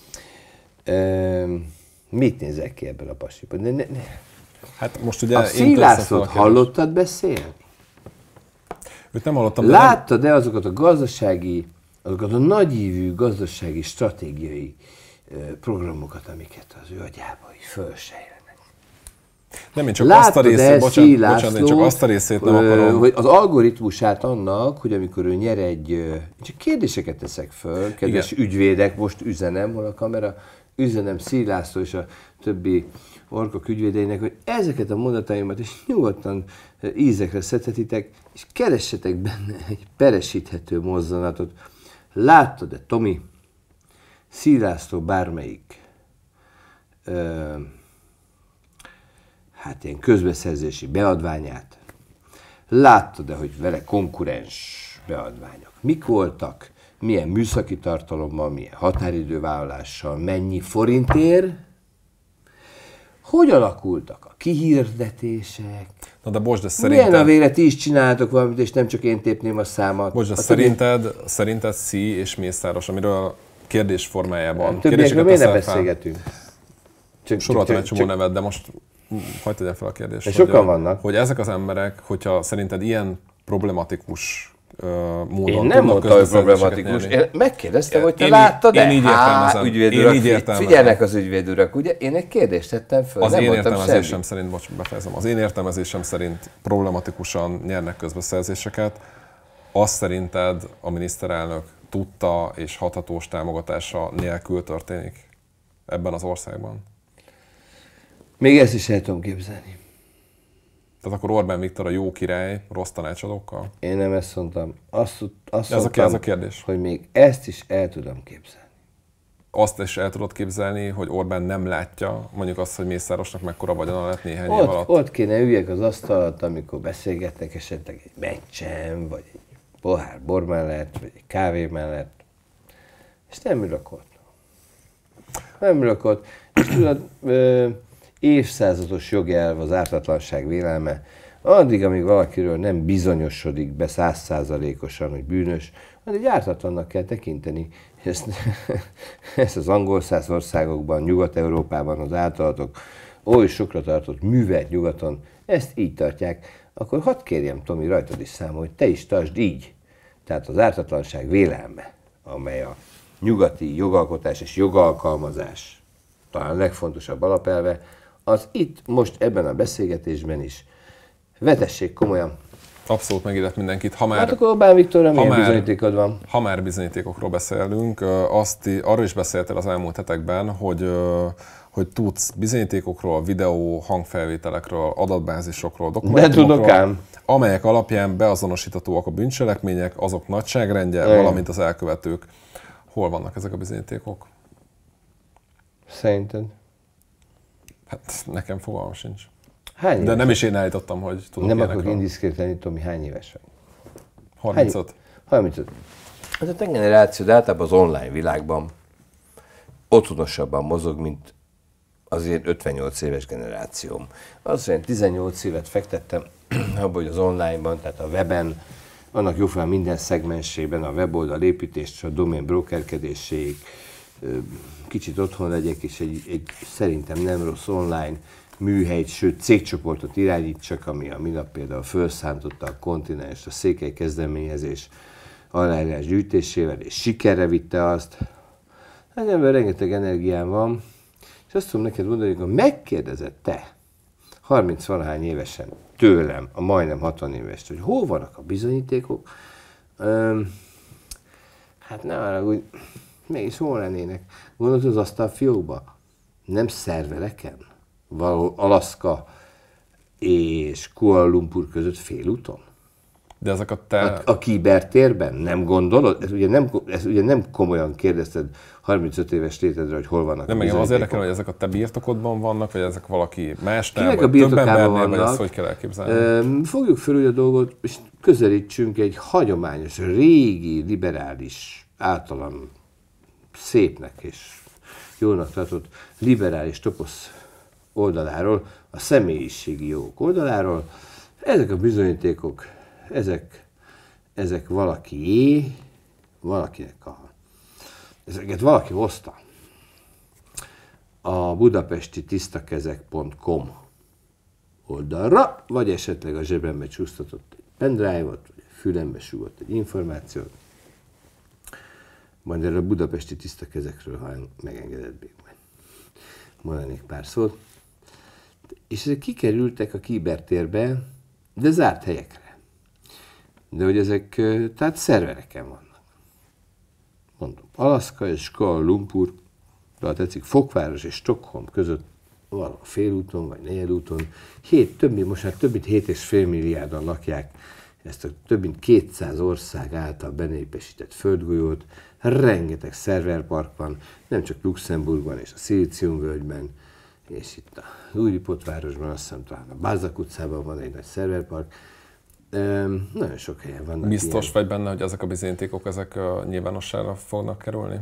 Ö, mit nézek ki ebből a pasiból? Ne, ne, ne. Hát most ugye... A Szilászlót hallottad beszélni? Őt nem hallottam. Láttad-e azokat a gazdasági, azokat a nagyívű gazdasági, stratégiai ö, programokat, amiket az ő agyába így fölsejlenek? Nem, én csak azt a részét, bocsánat, bocsánat, én csak azt a részét nem akarom. Hogy az algoritmusát annak, hogy amikor ő nyer egy... Csak kérdéseket teszek föl, kedves igen. Ügyvédek, most üzenem, hol a kamera, üzenem Szilászló és a többi orkok ügyvédeinek, hogy ezeket a mondataimat is nyugodtan ízekre szedhetitek, és keressetek benne egy peresíthető mozzanatot. Láttad-e, Tomi, Szilászló bármelyik ö, hát ilyen közbeszerzési beadványát? Láttad-e, hogy vele konkurens beadványok mik voltak, milyen műszaki tartalommal, milyen határidővállalással, mennyi forintért? Hogy alakultak a kihirdetések? Na de bocs, de szerinted... Milyen a vére, ti is csináltok valamit, és nem csak én tépném a számat. Bocs, de szerinted, én... szerinted Szí és Mészáros, amiről kérdés formájában... Többiekről miért nem beszélgetünk? Csak, soroltam egy csomó csak... nevet, de most hagyd tegyem fel a kérdést. Hogy, sokan vannak. Hogy ezek az emberek, hogyha szerinted ilyen problematikus uh, módon... Én nem mondtam, hogy problematikus. Én megkérdeztem, hogy te láttad-e? Én így értelmezem. Ügyvédurak, én így értelmezem. Figyelnek az ügyvédurak, ugye? Én egy kérdést tettem föl. Az nem én értelmezésem semmi. szerint, bocs, befejezem, az én értelmezésem szerint problematikusan nyernek közbeszerzéseket. azt szerinted a miniszterelnök tudta és hathatós támogatása nélkül történik ebben az országban? Még ezt is el tudom képzelni. Tehát akkor Orbán Viktor a jó király rossz tanácsadókkal? Én nem ezt mondtam. Azt, azt ez, mondtam, a, ez a kérdés. Hogy még ezt is el tudom képzelni. Azt is el tudod képzelni, hogy Orbán nem látja mondjuk azt, hogy Mészárosnak mekkora vagyona lett néhány ott, év alatt? Ott kéne üljek az asztal alatt, amikor beszélgetnek esetleg egy meccsen, vagy egy pohár bor mellett, vagy egy kávé mellett, és nem ülök ott. Nem ülök ott. És tudod, ö, évszázados jogelv az ártatlanság vélelme, addig, amíg valakiről nem bizonyosodik be százszázalékosan, hogy bűnös, addig ártatlannak kell tekinteni. Ezt, ezt az angol száz országokban, Nyugat-Európában az általatok oly sokra tartott művelt nyugaton, ezt így tartják, akkor hadd kérjem, Tomi, rajtad is számol, hogy te is tartsd így. Tehát az ártatlanság vélelme, amely a nyugati jogalkotás és jogalkalmazás talán a legfontosabb alapelve, az itt most ebben a beszélgetésben is vetessék komolyan. Abszolút megillet mindenkit. Ha már, hát akkor Orbán Viktorra milyen már, bizonyítékod van? Ha már bizonyítékokról beszélünk, azt, arról is beszéltél az elmúlt hetekben, hogy, hogy tudsz bizonyítékokról, videó, hangfelvételekről, adatbázisokról, dokumentumokról, amelyek alapján beazonosíthatóak a bűncselekmények, azok nagyságrendje, Igen. valamint az elkövetők. Hol vannak ezek a bizonyítékok? Szerinted? Hát nekem fogalmam sincs. Hány éves? De nem is én állítottam, hogy tudok Nem ilyenekről. akarok indiszkrétlenni, Tomi, hány éves vagy? harmincöt. harmincöt. Ez a te generáció, de általában az online világban otthonosabban mozog, mint az én ötvennyolc éves generációm. Azt én tizennyolc évet fektettem abban, hogy az onlineban, tehát a weben, annak jófajta minden szegmensében, a weboldal építést, a domain brokerkedéséig kicsit otthon legyek, és egy, egy szerintem nem rossz online műhelyt, sőt cégcsoportot irányítsak, ami a minap például felszántotta a kontinens, a székely kezdeményezés aláírás gyűjtésével, és sikerre vitte azt. Hát ebben rengeteg energiám van, és azt tudom neked mondani, hogy megkérdezed te, harminc-valahány évesen tőlem, a majdnem hatvan évest, hogy hol vannak a bizonyítékok, Öm, hát nem arra, hogy mégis hol lennének. Gondolod az asztalfiókba? Nem szervereken? Valahol Alaszka és Kuala Lumpur között félúton? De ezek a te... A, a kibertérben? Nem gondolod? Ez ugye nem, ez ugye nem komolyan kérdezted harmincöt éves létedre, hogy hol vannak nem, a engem az érdekel, hogy ezek a te birtokodban vannak, vagy ezek valaki másnál, vagy több embernél, vagy ezt hogy kell elképzelni? Fogjuk fel úgy a dolgot, és közelítsünk egy hagyományos, régi, liberális, általam szépnek és jónak tartott liberális toposz oldaláról, a személyiségi jogok oldaláról. Ezek a bizonyítékok, ezek, ezek valakié, valakinek a... Ezeket valaki hozta. A budapesti tisztakezek pont com oldalra, vagy esetleg a zsebembe csúsztatott egy pendrive-ot, vagy fülembe súgott egy információt. Majd erről a budapesti tisztakezekről, ha megengedett még majd mondanék pár szót. És ezek kikerültek a kibertérbe, de zárt helyekre. De hogy ezek, tehát szervereken vannak. Mondom, Alaszka és Kuala Lumpur, de tetszik, Fokváros és Stockholm között valahol félúton vagy negyedúton, hét, több mint, most már több mint hét és fél milliárdan lakják ezt a több mint kétszáz ország által benépesített földgolyót, rengeteg szerverpark van, nem csak Luxemburgban és a Szilíciumvölgyben, és itt a Újlipótvárosban, azt hiszem talán a Bázak utcában van egy nagy szerverpark. Üm, nagyon sok helyen vannak. Biztos ilyen. vagy benne, hogy ezek a bizonyítékok ezek a nyilvánosságra fognak kerülni?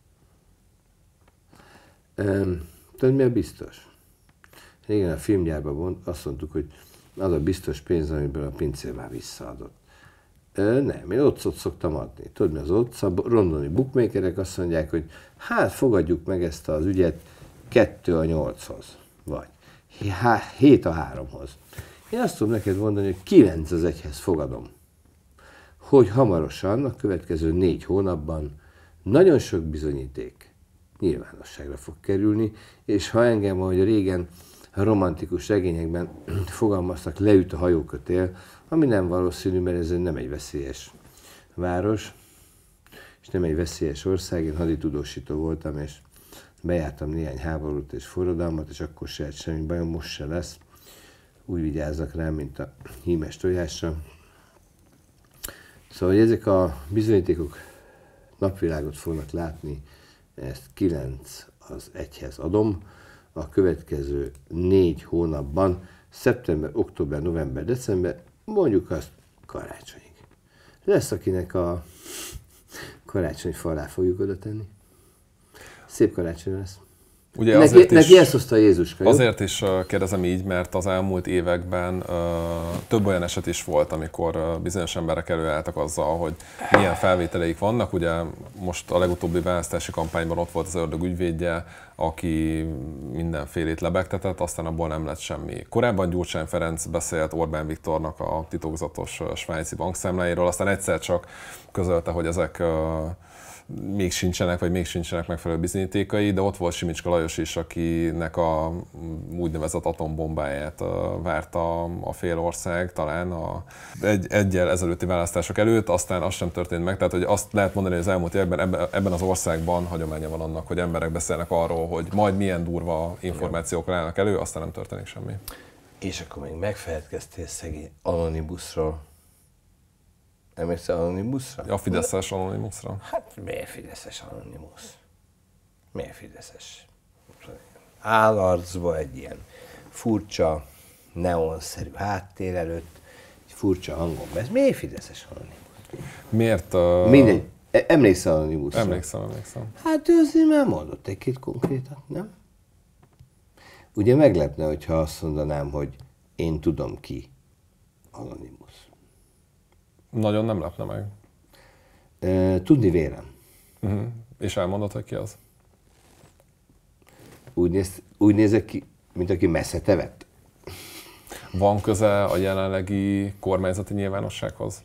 Üm, tudod, mi a biztos? Régen a filmgyárban azt mondtuk, hogy az a biztos pénz, amiből a pincér már visszaadott. Ö, nem, én ott szoktam adni. Tudod, mi az ott? A londoni bookmakerek azt mondják, hogy hát fogadjuk meg ezt az ügyet kettő a nyolchoz, vagy hét a háromhoz. Én azt tudom neked mondani, hogy kilenc az egyhez fogadom, hogy hamarosan, a következő négy hónapban nagyon sok bizonyíték nyilvánosságra fog kerülni, és ha engem, ahogy régen a romantikus regényekben fogalmaztak, leüt a hajókötél, ami nem valószínű, mert ez nem egy veszélyes város, és nem egy veszélyes ország. Én haditudósító voltam, és bejártam néhány háborút és forradalmat, és akkor se semmi bajom, most se lesz. Úgy vigyázzak rám, mint a hímes tojásra. Szóval, hogy ezek a bizonyítékok napvilágot fognak látni, ezt kilenc az egyhez adom. A következő négy hónapban, szeptember, október, november, december, mondjuk azt karácsonyig. Lesz, akinek a karácsonyfa alá fogjuk oda tenni. Szép karácsony lesz. Ugye neki, azért neki is, ezt hozta Jézuska, jó? Azért is kérdezem így, mert az elmúlt években uh, több olyan eset is volt, amikor uh, bizonyos emberek előálltak azzal, hogy milyen felvételeik vannak. Ugye most a legutóbbi választási kampányban ott volt az ördög ügyvédje, aki mindenfélét lebegtetett, aztán abból nem lett semmi. Korábban Gyurcsány Ferenc beszélt Orbán Viktornak a titokzatos uh, svájci bankszámláiról, aztán egyszer csak közölte, hogy ezek uh, még sincsenek, vagy még sincsenek megfelelő bizonyítékai, de ott volt Simicska Lajos is, akinek a úgynevezett atombombáját várta a fél ország talán a egy, egyel ezelőtti választások előtt, aztán az sem történt meg. Tehát hogy azt lehet mondani, hogy az elmúlt években ebben az országban hagyománya van annak, hogy emberek beszélnek arról, hogy majd milyen durva információkkal állnak elő, aztán nem történik semmi. És akkor még megfeledkeztél szegény Anonymusról. Emlékszel Anonymusra? A Fideszes Anonymusra? Hát miért Fideszes Anonymus? Miért Fideszes? Állarcba egy ilyen furcsa, neonszerű háttér előtt, egy furcsa hangon beszél. Miért Fideszes Anonymus? Miért? Uh... Mindegy. Emlékszel Anonymusra? Emlékszem, emlékszem. Hát ő azért már mondott egy-két konkrétat, nem? Ugye meglepne, hogyha azt mondanám, hogy én tudom ki Anonymus. Nagyon nem lepne meg. E, tudni vélem. Uh-huh. És elmondod, hogy ki az? Úgy, néz, úgy nézek ki, mint aki messze tevett. Van köze a jelenlegi kormányzati nyilvánossághoz?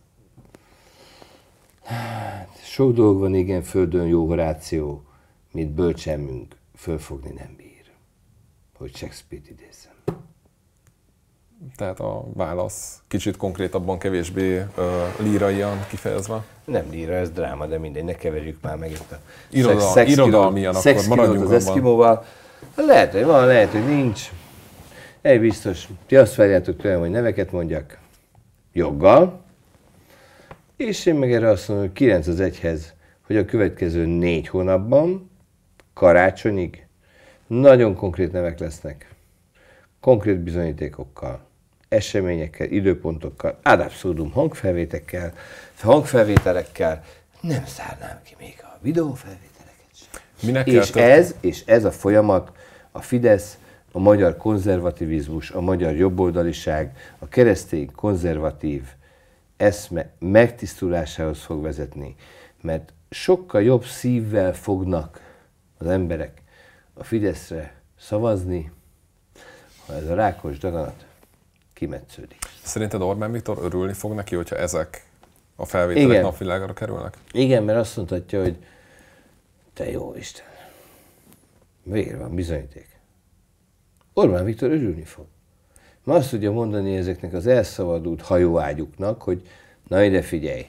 Sok dolog van, igen, földön jó Horáció, mint bölcsemmünk fölfogni nem bír. Hogy Shakespeare-t idézzem. Tehát a válasz kicsit konkrétabban, kevésbé uh, líraian kifejezve. Nem líra, ez dráma, de mindegy, ne keverjük már meg itt a Irodal, szex, irodalmian, akkor maradjunk az eszkimóval. Lehet, hogy van, lehet, hogy nincs. Egy biztos, ti azt várjátok tőlem, hogy neveket mondjak joggal, és én meg erre azt mondom, hogy kilenc az egyhez, hogy a következő négy hónapban, karácsonyig nagyon konkrét nevek lesznek. Konkrét bizonyítékokkal, eseményekkel, időpontokkal, ad abszurdum hangfelvételekkel, hangfelvételekkel, nem szárnám ki még a videófelvételeket sem. Minek és ez, és ez a folyamat, a Fidesz, a magyar konzervativizmus, a magyar jobboldaliság, a keresztény konzervatív eszme megtisztulásához fog vezetni, mert sokkal jobb szívvel fognak az emberek a Fideszre szavazni, ha ez a rákos daganat kimetsződik. Szerinted Orbán Viktor örülni fog neki, hogyha ezek a felvételek Igen. napvilágra kerülnek? Igen, mert azt mondhatja, hogy te jó Isten, végre van bizonyíték. Orbán Viktor örülni fog. Ma azt tudja mondani ezeknek az elszabadult hajóágyuknak, hogy na ide figyelj,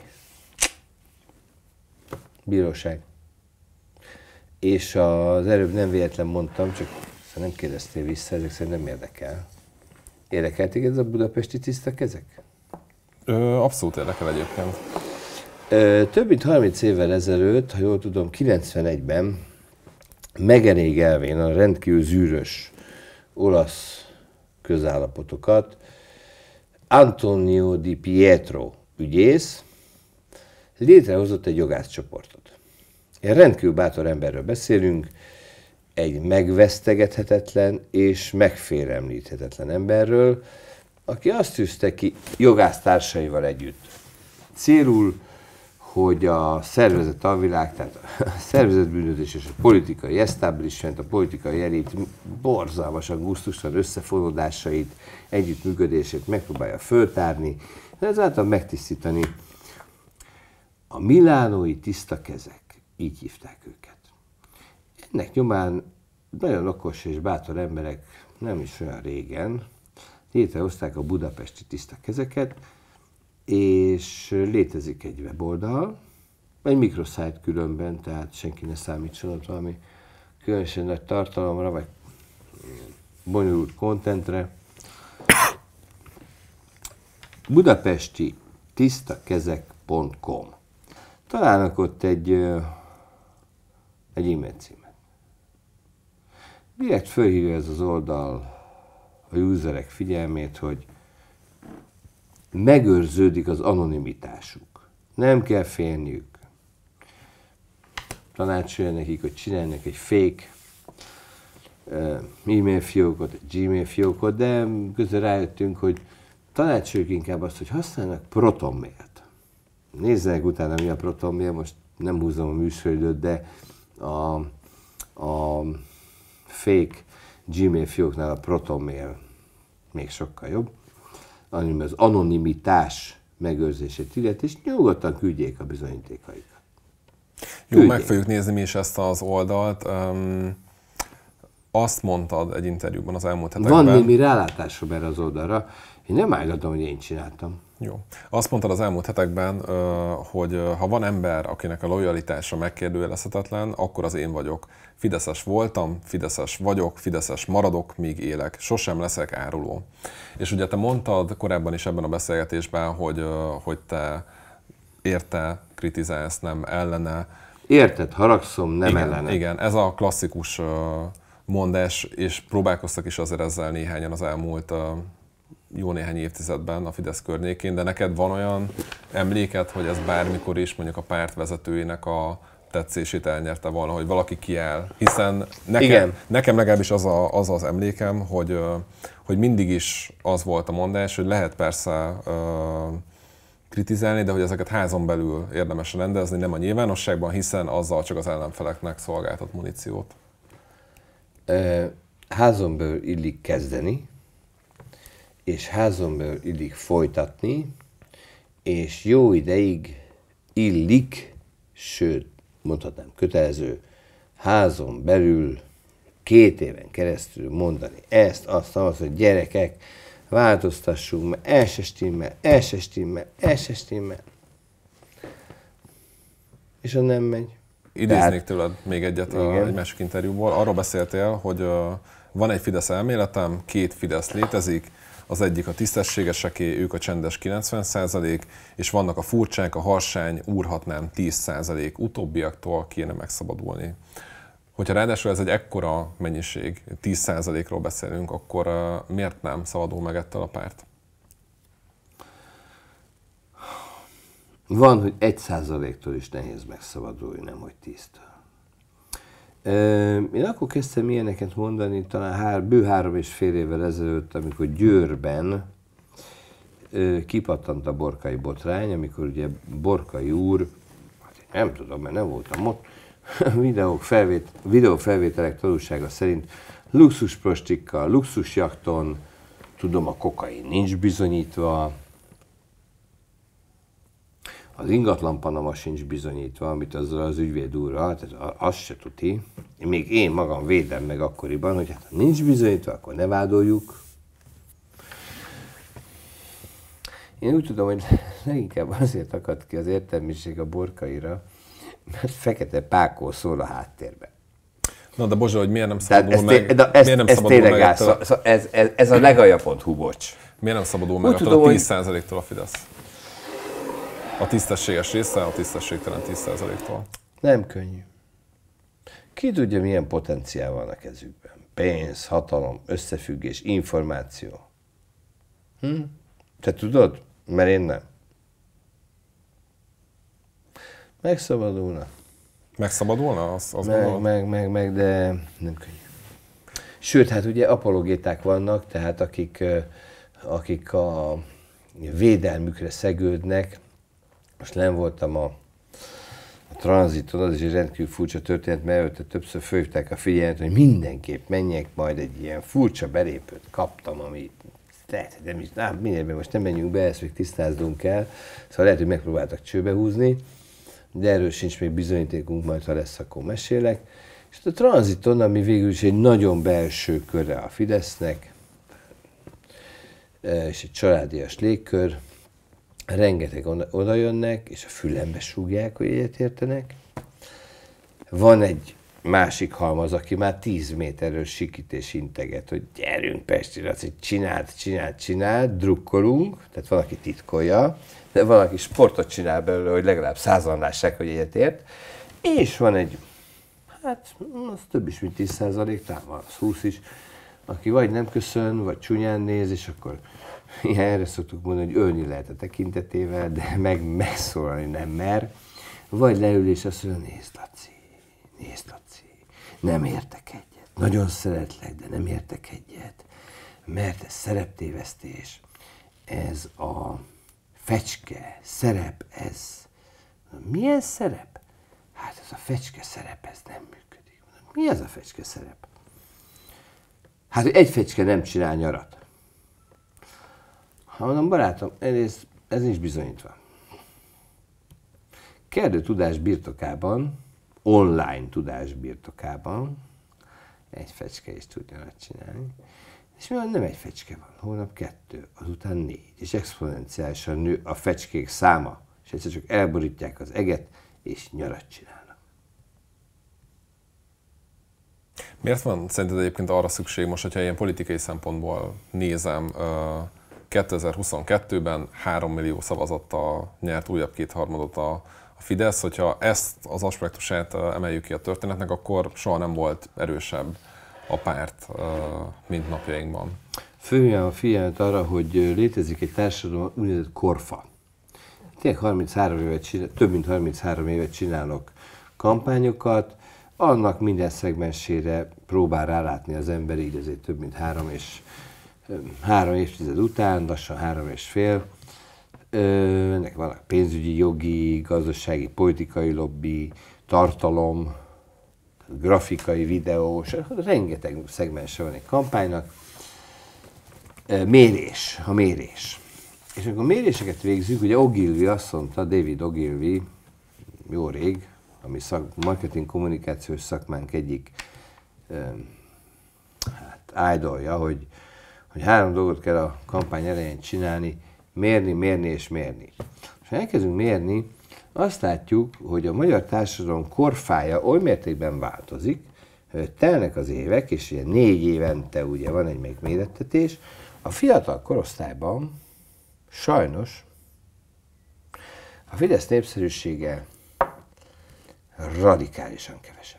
bíróság. És az előbb nem véletlen mondtam, csak nem kérdeztél vissza, ezek szerint nem érdekel. Érdekel téged ez a budapesti tiszta kezek? Ö, abszolút érdekel egyébként. Ö, több mint harminc évvel ezelőtt, ha jól tudom, kilencvenegyben megelégelvén a rendkívül zűrös olasz közállapotokat, Antonio Di Pietro ügyész létrehozott egy jogászcsoportot. Egy rendkívül bátor emberről beszélünk, egy megvesztegethetetlen és megfélemlíthetetlen emberről, aki azt tűzte ki jogásztársaival együtt célul, hogy a szervezett alvilág, tehát a szervezett bűnözés és a politikai establishment, a politikai elit borzalmasan, gusztustalan összefonódásait, együttműködését megpróbálja föltárni, ezáltal megtisztítani a milánói tiszta kezek, így hívták őket. Ennek nyomán nagyon okos és bátor emberek nem is olyan régen létrehozták a budapesti tiszta kezeket, és létezik egy weboldal, egy microsite különben, tehát senki ne számítson ott valami különösen nagy tartalomra, vagy bonyolult contentre. budapesti tisztakezek pont com. Találnak ott egy, egy e-mail címet. Direkt fölhívja ez az oldal a userek figyelmét, hogy megőrződik az anonimitásuk. Nem kell félniük. Tanácsolja nekik, hogy csinálnak egy fake e-mail fiókot, egy Gmail fiókot, de közben rájöttünk, hogy tanácsoljuk inkább azt, hogy használnak ProtonMailt. Nézzenek utána, mi a ProtonMail, most nem húzom a műsoridőt, de a, a fake Gmail fióknál a ProtonMail még sokkal jobb, ami az anonimitás megőrzését illeti, és nyugodtan küldjék a bizonyítékaikat. Jó, küldjék. Meg fogjuk nézni mi is ezt az oldalt. Um, azt mondtad egy interjúban az elmúlt hetekben. Van némi rálátásom erre az oldalra. Én nem állítom, hogy én csináltam. Jó. Azt mondtad az elmúlt hetekben, hogy ha van ember, akinek a lojalitása megkérdőjelezhetetlen, akkor az én vagyok. Fideszes voltam, fideszes vagyok, fideszes maradok, míg élek. Sosem leszek áruló. És ugye te mondtad korábban is ebben a beszélgetésben, hogy, hogy te érte, kritizálsz, nem ellene. Érted, haragszom, nem igen, ellene. Igen, ez a klasszikus mondás, és próbálkoztak is azért ezzel néhányan az elmúlt jó néhány évtizedben a Fidesz környékén, de neked van olyan emléked, hogy ez bármikor is mondjuk a párt vezetőjének a tetszését elnyerte volna, hogy valaki kiáll? Hiszen nekem, nekem legalábbis az, a, az az emlékem, hogy, hogy mindig is az volt a mondás, hogy lehet persze uh, kritizálni, de hogy ezeket házon belül érdemes rendezni, nem a nyilvánosságban, hiszen azzal csak az ellenfeleknek szolgáltat muníciót. Uh, házon belül illik kezdeni, és házon belül illik folytatni, és jó ideig illik, sőt, mondhatnám kötelező, házon belül két éven keresztül mondani ezt, azt, azt, hogy gyerekek, változtassunk, mert el se stimmel, el se stimmel, el se stimmel. És ha nem megy. Idéznék Tehát, tőled még egyet a, egy másik interjúból. Arról beszéltél, hogy uh, van egy Fidesz elméletem, két Fidesz létezik, az egyik a tisztességeseké, ők a csendes kilencven százalék, és vannak a furcsák, a harsány, úrhatnám tíz százalék, utóbbiaktól kéne megszabadulni. Hogyha ráadásul ez egy ekkora mennyiség, tíz százalékról beszélünk, akkor uh, miért nem szabadul meg ettől a párt? Van, hogy egy százaléktól is nehéz megszabadulni, nem hogy tíztől. Én akkor kezdtem ilyeneket mondani, talán hár, bő három és fél évvel ezelőtt, amikor Győrben kipattant a Borkai botrány, amikor ugye Borkai úr, hát nem tudom, mert nem voltam ott, videók felvét, videó felvételek tanúsága szerint luxus prostikkal, luxus jachton, tudom, a kokain nincs bizonyítva, az ingatlan Panama sincs bizonyítva, amit azzal az ügyvéd úrral, tehát azt se tuti. Még én magam védem meg akkoriban, hogy hát ha nincs bizonyítva, akkor ne vádoljuk. Én úgy tudom, hogy leginkább azért akadt ki az értelmiség a Borkaira, mert Fekete Pákó szól a háttérben. Na de Bozsa, hogy miért nem szabadul meg, ez, miért nem ez szabadul meg áll, ettől? Szó, ez, ez, ez a legalja pont hu, bocs. Miért nem szabadul meg attól a tíz százaléktól a Fidesz? A tisztességes része, a tisztességtelen tíz százaléktól. Nem könnyű. Ki tudja, milyen potenciál van a kezükben? Pénz, hatalom, összefüggés, információ. Hm? Te tudod? Mert én nem. Megszabadulna. Megszabadulna? Az, az meg, meg, meg, meg, de nem könnyű. Sőt, hát ugye apologéták vannak, tehát akik, akik a védelmükre szegődnek. Most nem voltam a, a tranziton, az is egy rendkívül furcsa történet, mert előtte többször fölhívták a figyelmet, hogy mindenképp menjek, majd egy ilyen furcsa belépőt kaptam, ami lehet, nem is, na, mindenben most nem menjünk be, ezt még tisztáznunk kell, szóval lehet, hogy megpróbáltak csőbe húzni, de erről sincs még bizonyítékunk, majd ha lesz, akkor mesélek. És a tranziton, ami végül is egy nagyon belső körre a Fidesznek, és egy családias légkör, rengeteg oda jönnek, és a fülembe súgják, hogy egyetértenek. Van egy másik halmaz, aki már tíz méterről sikít és integet, hogy gyerünk Pesti Laci, csináld, csináld, csináld, drukkolunk, tehát valaki titkolja, de valaki sportot csinál belőle, hogy legalább százan lássák, hogy egyetért, és van egy, hát az több is, mint tíz százalék, talán van az húsz is, aki vagy nem köszön, vagy csúnyán néz, és akkor ja, erre szoktuk mondani, hogy ölni lehet a tekintetével, de meg megszólalni nem mer, vagy leül és azt mondja, nézd Laci, nézd Laci, nem értek egyet, nagyon szeretlek, de nem értek egyet, mert ez szereptévesztés, ez a fecske, szerep, ez, milyen szerep? Hát ez a fecske szerep, ez nem működik. Mi ez a fecske szerep? Hát egy fecske nem csinál nyarat. Ha mondom, barátom, egyrészt ez nincs bizonyítva. Kérdő tudás birtokában, online tudás birtokában egy fecske is tud nyarat csinálni. És mivel nem egy fecske van, hónap kettő, azután négy, és exponenciálisan nő a fecskék száma, és egyszer csak elborítják az eget, és nyarat csinálnak. Miért van szerinted egyébként arra szükség most, hogyha ilyen politikai szempontból nézem, kétezer-huszonkettőben három millió szavazattal nyert újabb kétharmadot a, a Fidesz, hogyha ezt az aspektusát emeljük ki a történetnek, akkor soha nem volt erősebb a párt, mint napjainkban. Fölhívjam a figyelmet arra, hogy létezik egy társadalom, úgynevezett korfa. Tényleg harminchárom évet csinál, több mint harminchárom évet csinálok kampányokat, annak minden szegmensére próbál rálátni az ember, így azért több mint három és három évtized után, lassan három és fél. Ennek vannak pénzügyi, jogi, gazdasági, politikai lobby, tartalom, grafikai, videós, rengeteg szegmense van egy kampánynak. Mérés, a mérés. És amikor méréseket végzünk, ugye Ogilvy azt mondta, David Ogilvy, jó rég, ami szak, marketing kommunikációs szakmánk egyik hát, idolja, hogy, hogy három dolgot kell a kampány elején csinálni, mérni, mérni és mérni. És ha elkezdünk mérni, azt látjuk, hogy a magyar társadalom korfája oly mértékben változik, hogy telnek az évek, és ilyen négy évente ugye van egy megmérettetés, a fiatal korosztályban sajnos a Fidesz népszerűsége radikálisan kevesebb.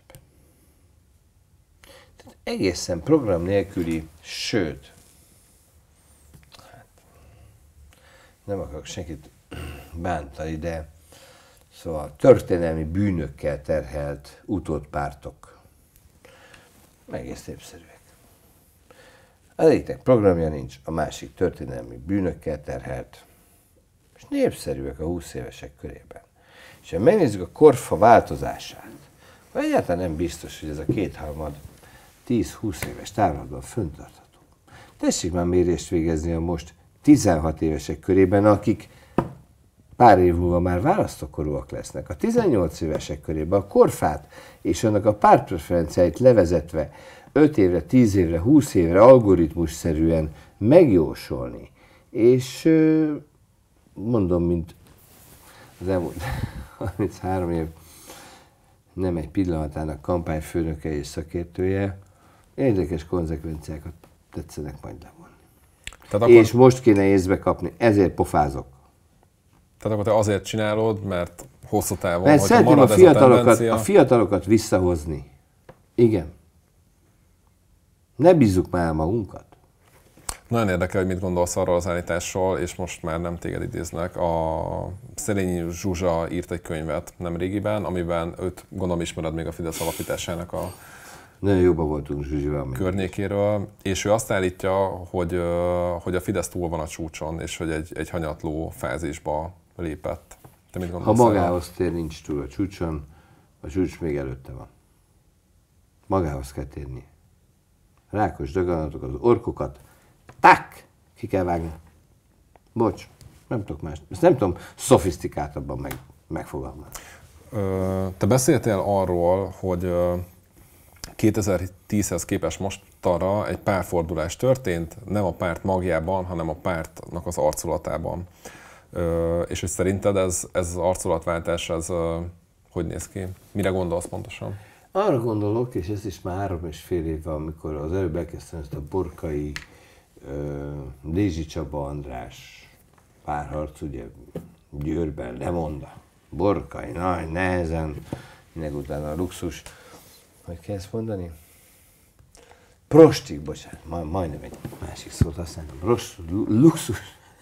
Tehát egészen program nélküli, sőt, hát nem akarok senkit bántani, de szóval történelmi bűnökkel terhelt utódpártok egész népszerűek. Az egyiknek programja nincs, a másik történelmi bűnökkel terhelt, és népszerűek a húsz évesek körében. És ha megnézzük a korfa változását, egyáltalán nem biztos, hogy ez a kétharmad tíz-húsz éves távlatban fönntartható. Tessék már mérést végezni a most tizenhat évesek körében, akik pár év múlva már választókorúak lesznek. A tizennyolc évesek körében a korfát és annak a pártpreferenciáit levezetve öt évre, tíz évre, húsz évre algoritmusszerűen megjósolni. És mondom, mint az elmúlt harminchárom év nem egy pillanatának kampányfőnöke és szakértője, érdekes konzekvenciákat tetszenek majd levonni. Akkor... És most kéne észbe kapni, ezért pofázok. Tehát akkor te azért csinálod, mert hosszú távon, mert hogyha szeretném marad a fiatalokat, ez a tendencia... a fiatalokat visszahozni. Igen. Ne bízzuk már magunkat. Nagyon érdekel, hogy mit gondolsz arról az állításról, és most már nem téged idéznek. A Szerényi Zsuzsa írt egy könyvet nemrégiben, amiben őt gondolom ismered még a Fidesz alapításának a nagyon jóban voltunk Zsuzsival. Környékéről, és ő azt állítja, hogy, hogy a Fidesz túl van a csúcson, és hogy egy, egy hanyatló fázisba lépett. Te mit gondolsz? Ha magához tér, nincs túl a csúcson, a csúcs még előtte van. Magához kell térni. Rákos daganatok, az orkokat, tak, ki kell vágni. Bocs, nem tudok más. Ezt nem tudom szofisztikáltabban meg, megfogalmazni. Te beszéltél arról, hogy kétezer-tízhez képest mostanra egy párfordulás történt, nem a párt magjában, hanem a pártnak az arculatában. És hogy szerinted ez, ez az arculatváltás, ez hogy néz ki? Mire gondolsz pontosan? Arra gondolok, és ez is már három és fél éve, amikor az előbb elkezdtem ezt a Borkai, Dézsi Csaba András párharc, ugye Győrben, Lemonda, Borkai, nagy, nehezen, minek utána a luxus, hogy kell ezt mondani? Prostik, bocsánat, majd, majdnem egy másik szót használtam, Prost, luxus,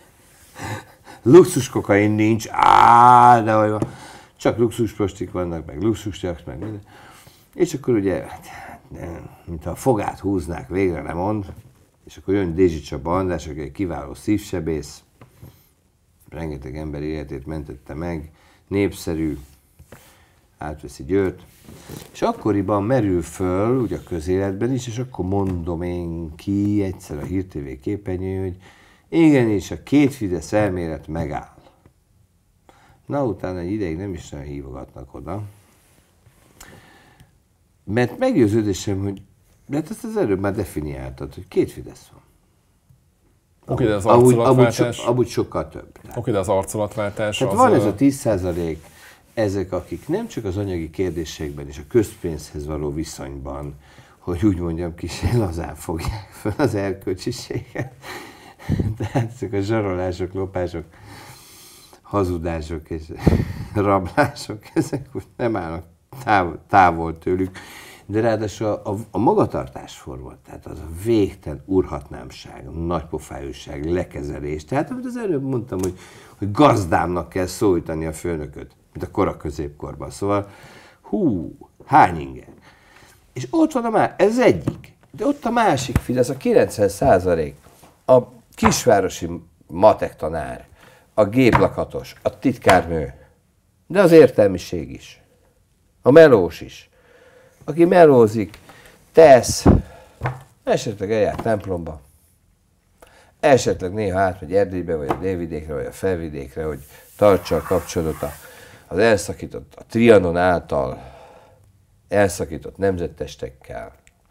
luxus kokain nincs, áh, de hogy van, csak luxus prostik vannak, meg luxus jaks, meg minden. És akkor ugye, mintha a fogát húznák, végre lemond, és akkor jön Dézsi Csaba András, aki egy kiváló szívsebész, rengeteg ember életét mentette meg, népszerű, átveszi Győrt, és akkoriban merül föl, ugye a közéletben is, és akkor mondom én ki egyszer a Hír té vé képernyőjén, hogy igenis a két Fidesz elmélet megáll. Na, utána egy ideig nem is nagyon hívogatnak oda, mert meggyőződésem, hogy de hát ezt az előbb már definiáltad, hogy két Fidesz van. Oké, de az amúgy, arculatváltás... amúgy, so, amúgy sokkal több. Oké, de az arculatváltás... Tehát az van a... ez a tíz százalék, ezek, akik nem csak az anyagi kérdésekben és a közpénzhez való viszonyban, hogy úgy mondjam, kis lazán fogják fel az erkölcsiséget. Tehát ezek a zsarolások, lopások, hazudások és rablások, ezek úgy nem állnak távol, távol tőlük. De ráadásul a, a, a magatartásforma, tehát az a végtelen urhatnámság, nagypofájúság, lekezelés. Tehát amit az előbb mondtam, hogy, hogy gazdámnak kell szólítani a főnököt, mint a kora középkorban. Szóval, hú, hány inger. És ott van a már, ez egyik. De ott a másik Fidesz, a kilencven százalék, a kisvárosi matek tanár, a géplakatos, a titkárnő, de az értelmiség is, a melós is. Aki melózik, tesz, esetleg eljár templomba, esetleg néha átmegy Erdélybe, vagy a délvidékre, vagy a felvidékre, hogy tartsa a kapcsolatot a, az elszakított, a Trianon által elszakított nemzettestekkel.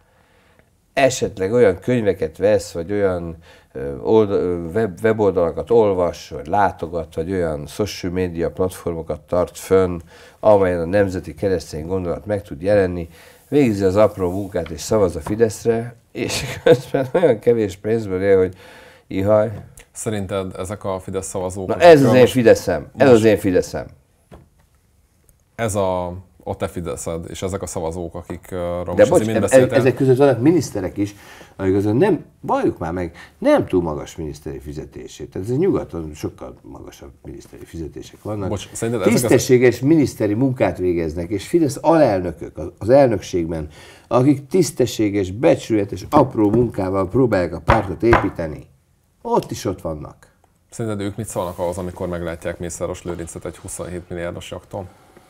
Esetleg olyan könyveket vesz, vagy olyan oldal, web, weboldalakat olvas, vagy látogat, vagy olyan social media platformokat tart fönn, amelyen a nemzeti keresztény gondolat meg tud jelenni, végzi az apró munkát és szavaz a Fideszre, és közben olyan kevés pénzből él, hogy ihaj. Szerinted ezek a Fidesz szavazók... Na ez az én Fideszem, ez az én Fideszem. Ez a, a te Fideszed, és ezek a szavazók, akikről de bocs, mind beszéltél. Ezek között vannak miniszterek is, akik azon nem, valljuk már meg, nem túl magas miniszteri fizetését. Tehát ez nyugaton sokkal magasabb miniszteri fizetések vannak. Bocs, tisztességes az... miniszteri munkát végeznek, és Fidesz alelnökök az elnökségben, akik tisztességes, becsületes, apró munkával próbálják a pártot építeni. Ott is ott vannak. Szerinted ők mit szólnak ahhoz, amikor meglátják Mészáros Lőrincet egy huszonhét milliárdos jakton?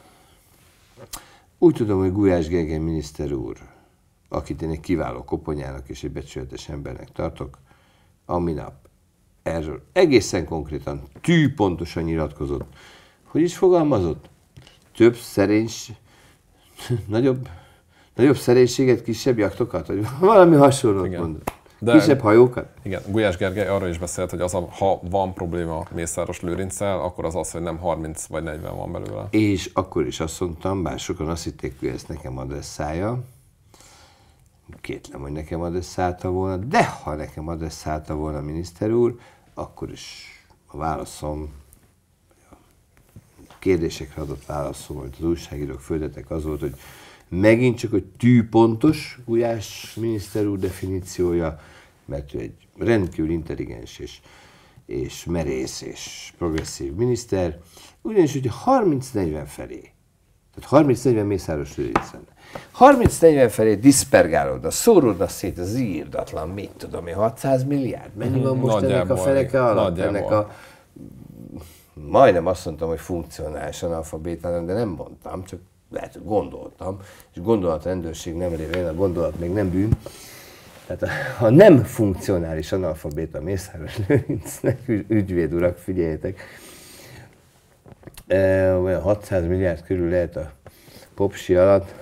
Úgy tudom, hogy Gulyás Gergely miniszter úr, akit én egy kiváló koponyának és egy becsületes embernek tartok, a minap erről egészen konkrétan, tűpontosan nyilatkozott. Hogy is fogalmazott? Több szerénys, nagyobb, nagyobb szerénységet, kisebb jaktokat? Vagy valami hasonlót mondott. De, kisebb hajókat? Igen, Gulyás Gergely arról is beszélt, hogy az a, ha van probléma Mészáros Lőrinccel, akkor az az, hogy nem harminc vagy negyven van belőle. És akkor is azt mondtam, bár sokan azt hitték, hogy ezt nekem adresszálja, kétlem, hogy nekem adresszálta volna, de ha nekem adresszálta volna a miniszter úr, akkor is a válaszom, a kérdésekre adott válaszom, hogy az újságírók földetek az volt, hogy megint csak egy tűpontos Gulyás miniszter úr definíciója, mert ő egy rendkívül intelligens és, és merész és progresszív miniszter, ugyanis, hogy harminc-negyven felé, tehát harminc-negyven Mészáros Lőrincen, harminc-negyven felé diszpergálódna, szóródna szét az írdatlan, mit tudom én, hatszáz milliárd? Mennyi van most nagyjából ennek a feleke alatt? Ennek a, majdnem azt mondtam, hogy funkcionális analfabétának, de nem mondtam, csak lehet, hogy gondoltam, és gondolatrendőrség nem révén, a gondolat még nem bűn. Tehát ha nem funkcionális analfabéta Mészáros Lőrincnek, ügyvéd urak, figyeljetek, e, olyan hatszáz milliárd körül lehet a popsi alatt.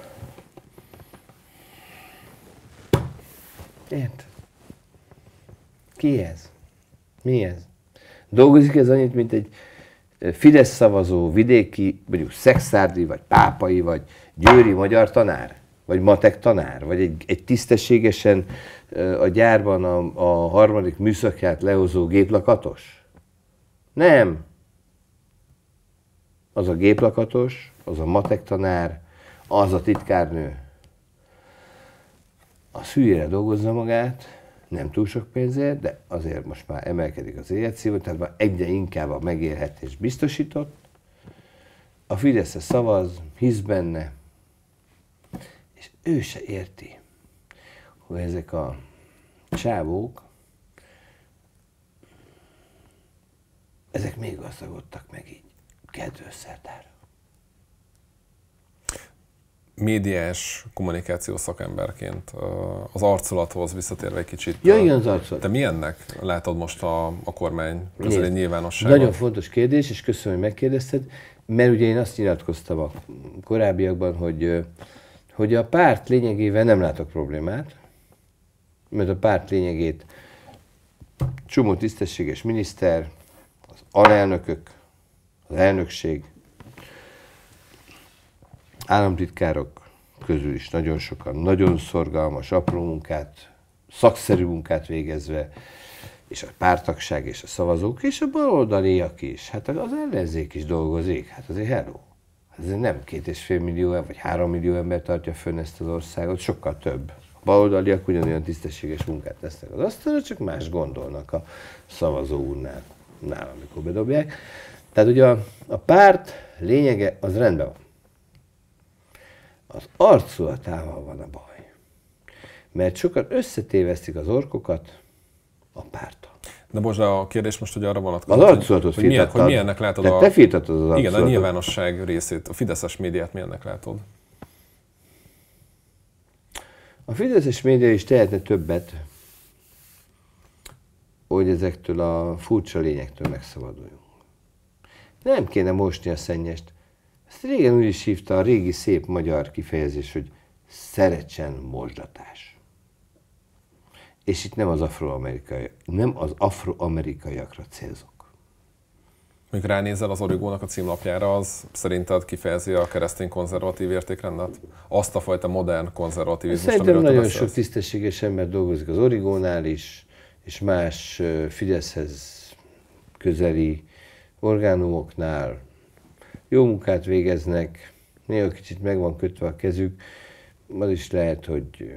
Érted? Ki ez? Mi ez? Dolgozik ez annyit, mint egy Fidesz szavazó, vidéki, mondjuk szexárdi, vagy pápai, vagy győri magyar tanár, vagy matek tanár, vagy egy, egy tisztességesen a gyárban a, a harmadik műszakját lehozó géplakatos? Nem. Az a géplakatos, az a matek tanár, az a titkárnő. A hülyére dolgozza magát, nem túl sok pénzért, de azért most már emelkedik az életszínvonal, tehát már egyre inkább a megélhetés biztosított. A Fideszre szavaz, hisz benne, és ő se érti, hogy ezek a csávók, ezek még gazdagodtak meg így, kedves szerdára. Médiás kommunikációs szakemberként az arculathoz visszatérve egy kicsit. Ja, igen, az arculat. Te milyennek látod most a, a kormány közeli nyilvánosságot? Nagyon fontos kérdés, és köszönöm, hogy megkérdezted, mert ugye én azt nyilatkoztam a korábbiakban, hogy, hogy a párt lényegével nem látok problémát, mert a párt lényegét csomó tisztességes miniszter, az alelnökök, az elnökség, államtitkárok közül is nagyon sokan, nagyon szorgalmas, apró munkát, szakszerű munkát végezve, és a pártagság és a szavazók, és a baloldaliak is. Hát az ellenzék is dolgozik. Hát azért hello. Ez nem két és fél millió vagy három millió ember tartja fönn ezt az országot, sokkal több. A baloldaliak ugyanolyan tisztességes munkát tesznek az asztalra, csak más gondolnak a szavazó urnál, amikor bedobják. Tehát ugye a, a párt lényege az rendben van. Az arculatával van a baj. Mert sokan összetévesztik az orkokat a párttal. De most a kérdés most, hogy arra vonatkozik, az arculatot hogy, milyen, hogy milyennek látod te a... te firtatod az arculatot. Igen, a nyilvánosság részét, a fideszes médiát milyennek látod? A fideszes média is tehetne többet, hogy ezektől a furcsa lényektől megszabaduljunk. Nem kéne mosni a szennyest. Ezt régen úgy is hívta a régi szép magyar kifejezés, hogy szerecsen mosdatás. És itt nem az afroamerikai, nem az afroamerikaiakra célzok. Mondjuk ránézel az Origónak a címlapjára, az szerinted kifejezi a keresztény konzervatív értékrendet? Azt a fajta modern konzervativizmust, Szerintem amiről nagyon te sok tisztességes ember dolgozik az Origónál is, és más Fideszhez közeli orgánumoknál. Jó munkát végeznek, néha kicsit meg van kötve a kezük, az is lehet, hogy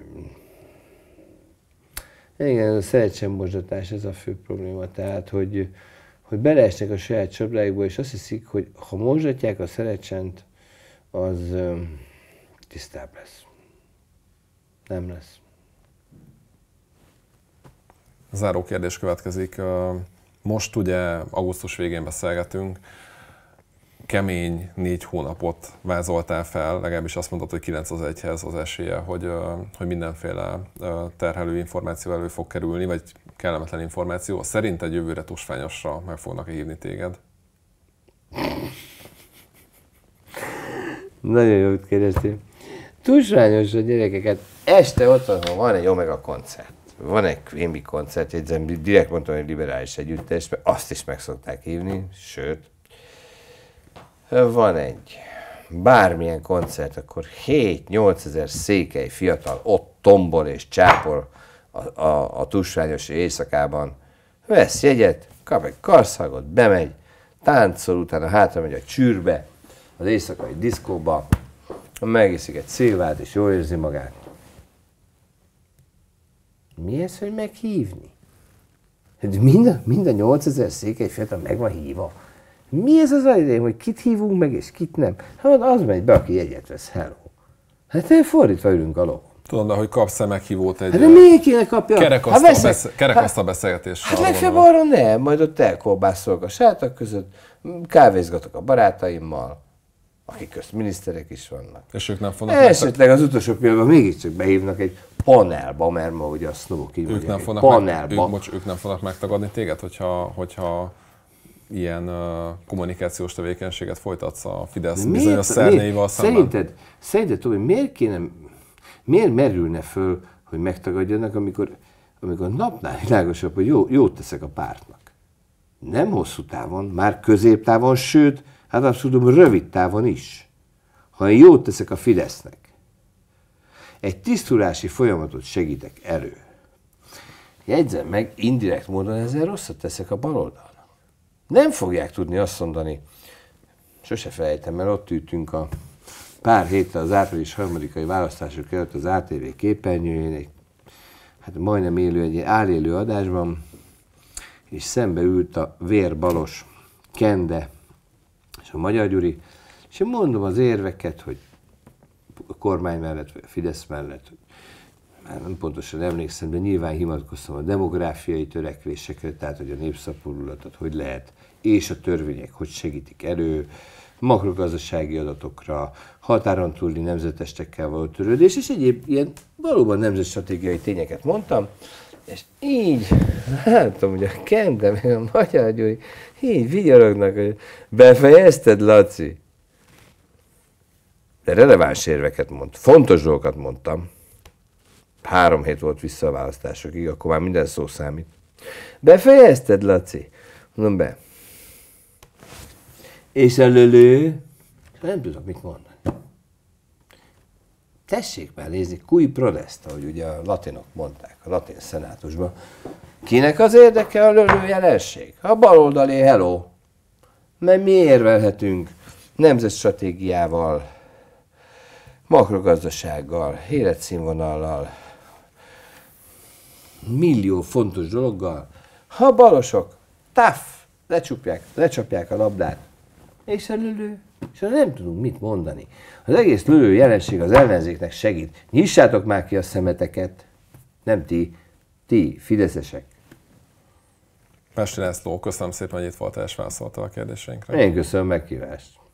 igen, a szerecsenmosdatás, ez a fő probléma, tehát, hogy, hogy beleesnek a saját csapdájukba, és azt hiszik, hogy ha mosdatják a szerecsent, az um, tisztább lesz. Nem lesz. Záró kérdés következik. Most ugye augusztus végén beszélgetünk, kemény négy hónapot vázoltál fel, legalábbis azt mondtad, hogy kilenc az egyhez az esélye, hogy, hogy mindenféle terhelő információ elő fog kerülni, vagy kellemetlen információ. Szerinted jövőre tusványosra meg fognak hívni téged? Nagyon jó, hogy kérdeztél. Tusványosra gyerekeket, este otthon van egy Omega koncert. Van egy Quimby koncert, jegyzem, direkt mondtam, hogy liberális együttes, mert azt is meg szokták hívni, sőt, van egy bármilyen koncert, akkor hét-nyolc ezer székely fiatal ott tombol és csápol a, a, a tusványos éjszakában. Vesz jegyet, kap egy karszagot, bemegy, táncol, utána hátra megy a csűrbe, az éjszakai diszkóba, megiszik egy szilvát és jól érzi magát. Mi ez, hogy meghívni? Mind a, mind a nyolcezer székely fiatal meg van hívva. Mi ez az idején, hogy kit hívunk meg, és kit nem? Hát az megy be, aki jegyet vesz, hello. Hát fordítva ülünk a lovon. Tudom, de hogy kapsz-e meghívót egy hát de miért kéne kapja? kerekasztal hát besz- kerekasztal beszélgetésre? Hát legfeljebb arra nem, majd ott elkolbászolok a sátak között, kávézgatok a barátaimmal, akik közt miniszterek is vannak. És ők nem fognak esetleg az utolsó pillanatban mégiscsak behívnak egy panelba, mert ma ugye a sznobok így ők nem fognak panelba. Meg, ők, bocs, ők nem fognak megtagadni téged, hogyha, hogyha ilyen uh, kommunikációs tevékenységet folytatsz a Fidesz miért, bizonyos szárnyaival szemben? Szerinted, szerinted tudom, hogy miért kéne, miért merülne föl, hogy megtagadjanak, amikor, amikor napnál világosabb, hogy jó, jót teszek a pártnak. Nem hosszú távon, már középtávon, sőt, hát azt tudom, rövid távon is. Ha én jót teszek a Fidesznek, egy tisztulási folyamatot segítek elő. Jegyzem meg, indirekt módon ezzel rosszat teszek a baloldalnak. Nem fogják tudni azt mondani, sose felejtem, mert ott ültünk a pár héttel az április harmadikai választások előtt az á té vé képernyőjén, egy, hát majdnem élő, egy álélő adásban, és szembe ült a vérbalos Kende és a Magyar Gyuri, és én mondom az érveket, hogy a kormány mellett, vagy a Fidesz mellett, már nem pontosan emlékszem, de nyilván hivatkoztam a demográfiai törekvésekre, tehát hogy a népszaporulatot hogy lehet, és a törvények hogy segítik elő, makrogazdasági adatokra, határon túli nemzetestekkel való törődés, és egyéb ilyen valóban nemzetstratégiai tényeket mondtam, és így látom, hogy a Kende meg a Magyar Gyuri így vigyorognak, hogy befejezted, Laci? De releváns érveket mondtam, fontos dolgokat mondtam. Három hét volt vissza a választásokig, akkor már minden szó számít. Befejezted, Laci? Mondom, be. És a lölő? Nem tudok mit mondani. Tessék már nézni, cui prodest, ahogy ugye a latinok mondták, a latin szenátusban. Kinek az érdeke a lölő jelenség? A baloldalé, hello. Mert mi érvelhetünk nemzetstratégiával, makrogazdasággal, életszínvonallal, millió fontos dologgal. Ha a balosok, taff, lecsapják, lecsapják a labdát, és a lölő, és nem tudunk mit mondani. Az egész lölő jelenség az ellenzéknek segít. Nyissátok már ki a szemeteket, nem ti, ti, fideszesek. Pesti László, köszönöm szépen, hogy itt voltál és válaszoltál a kérdéseinkre. Én köszönöm meghívást.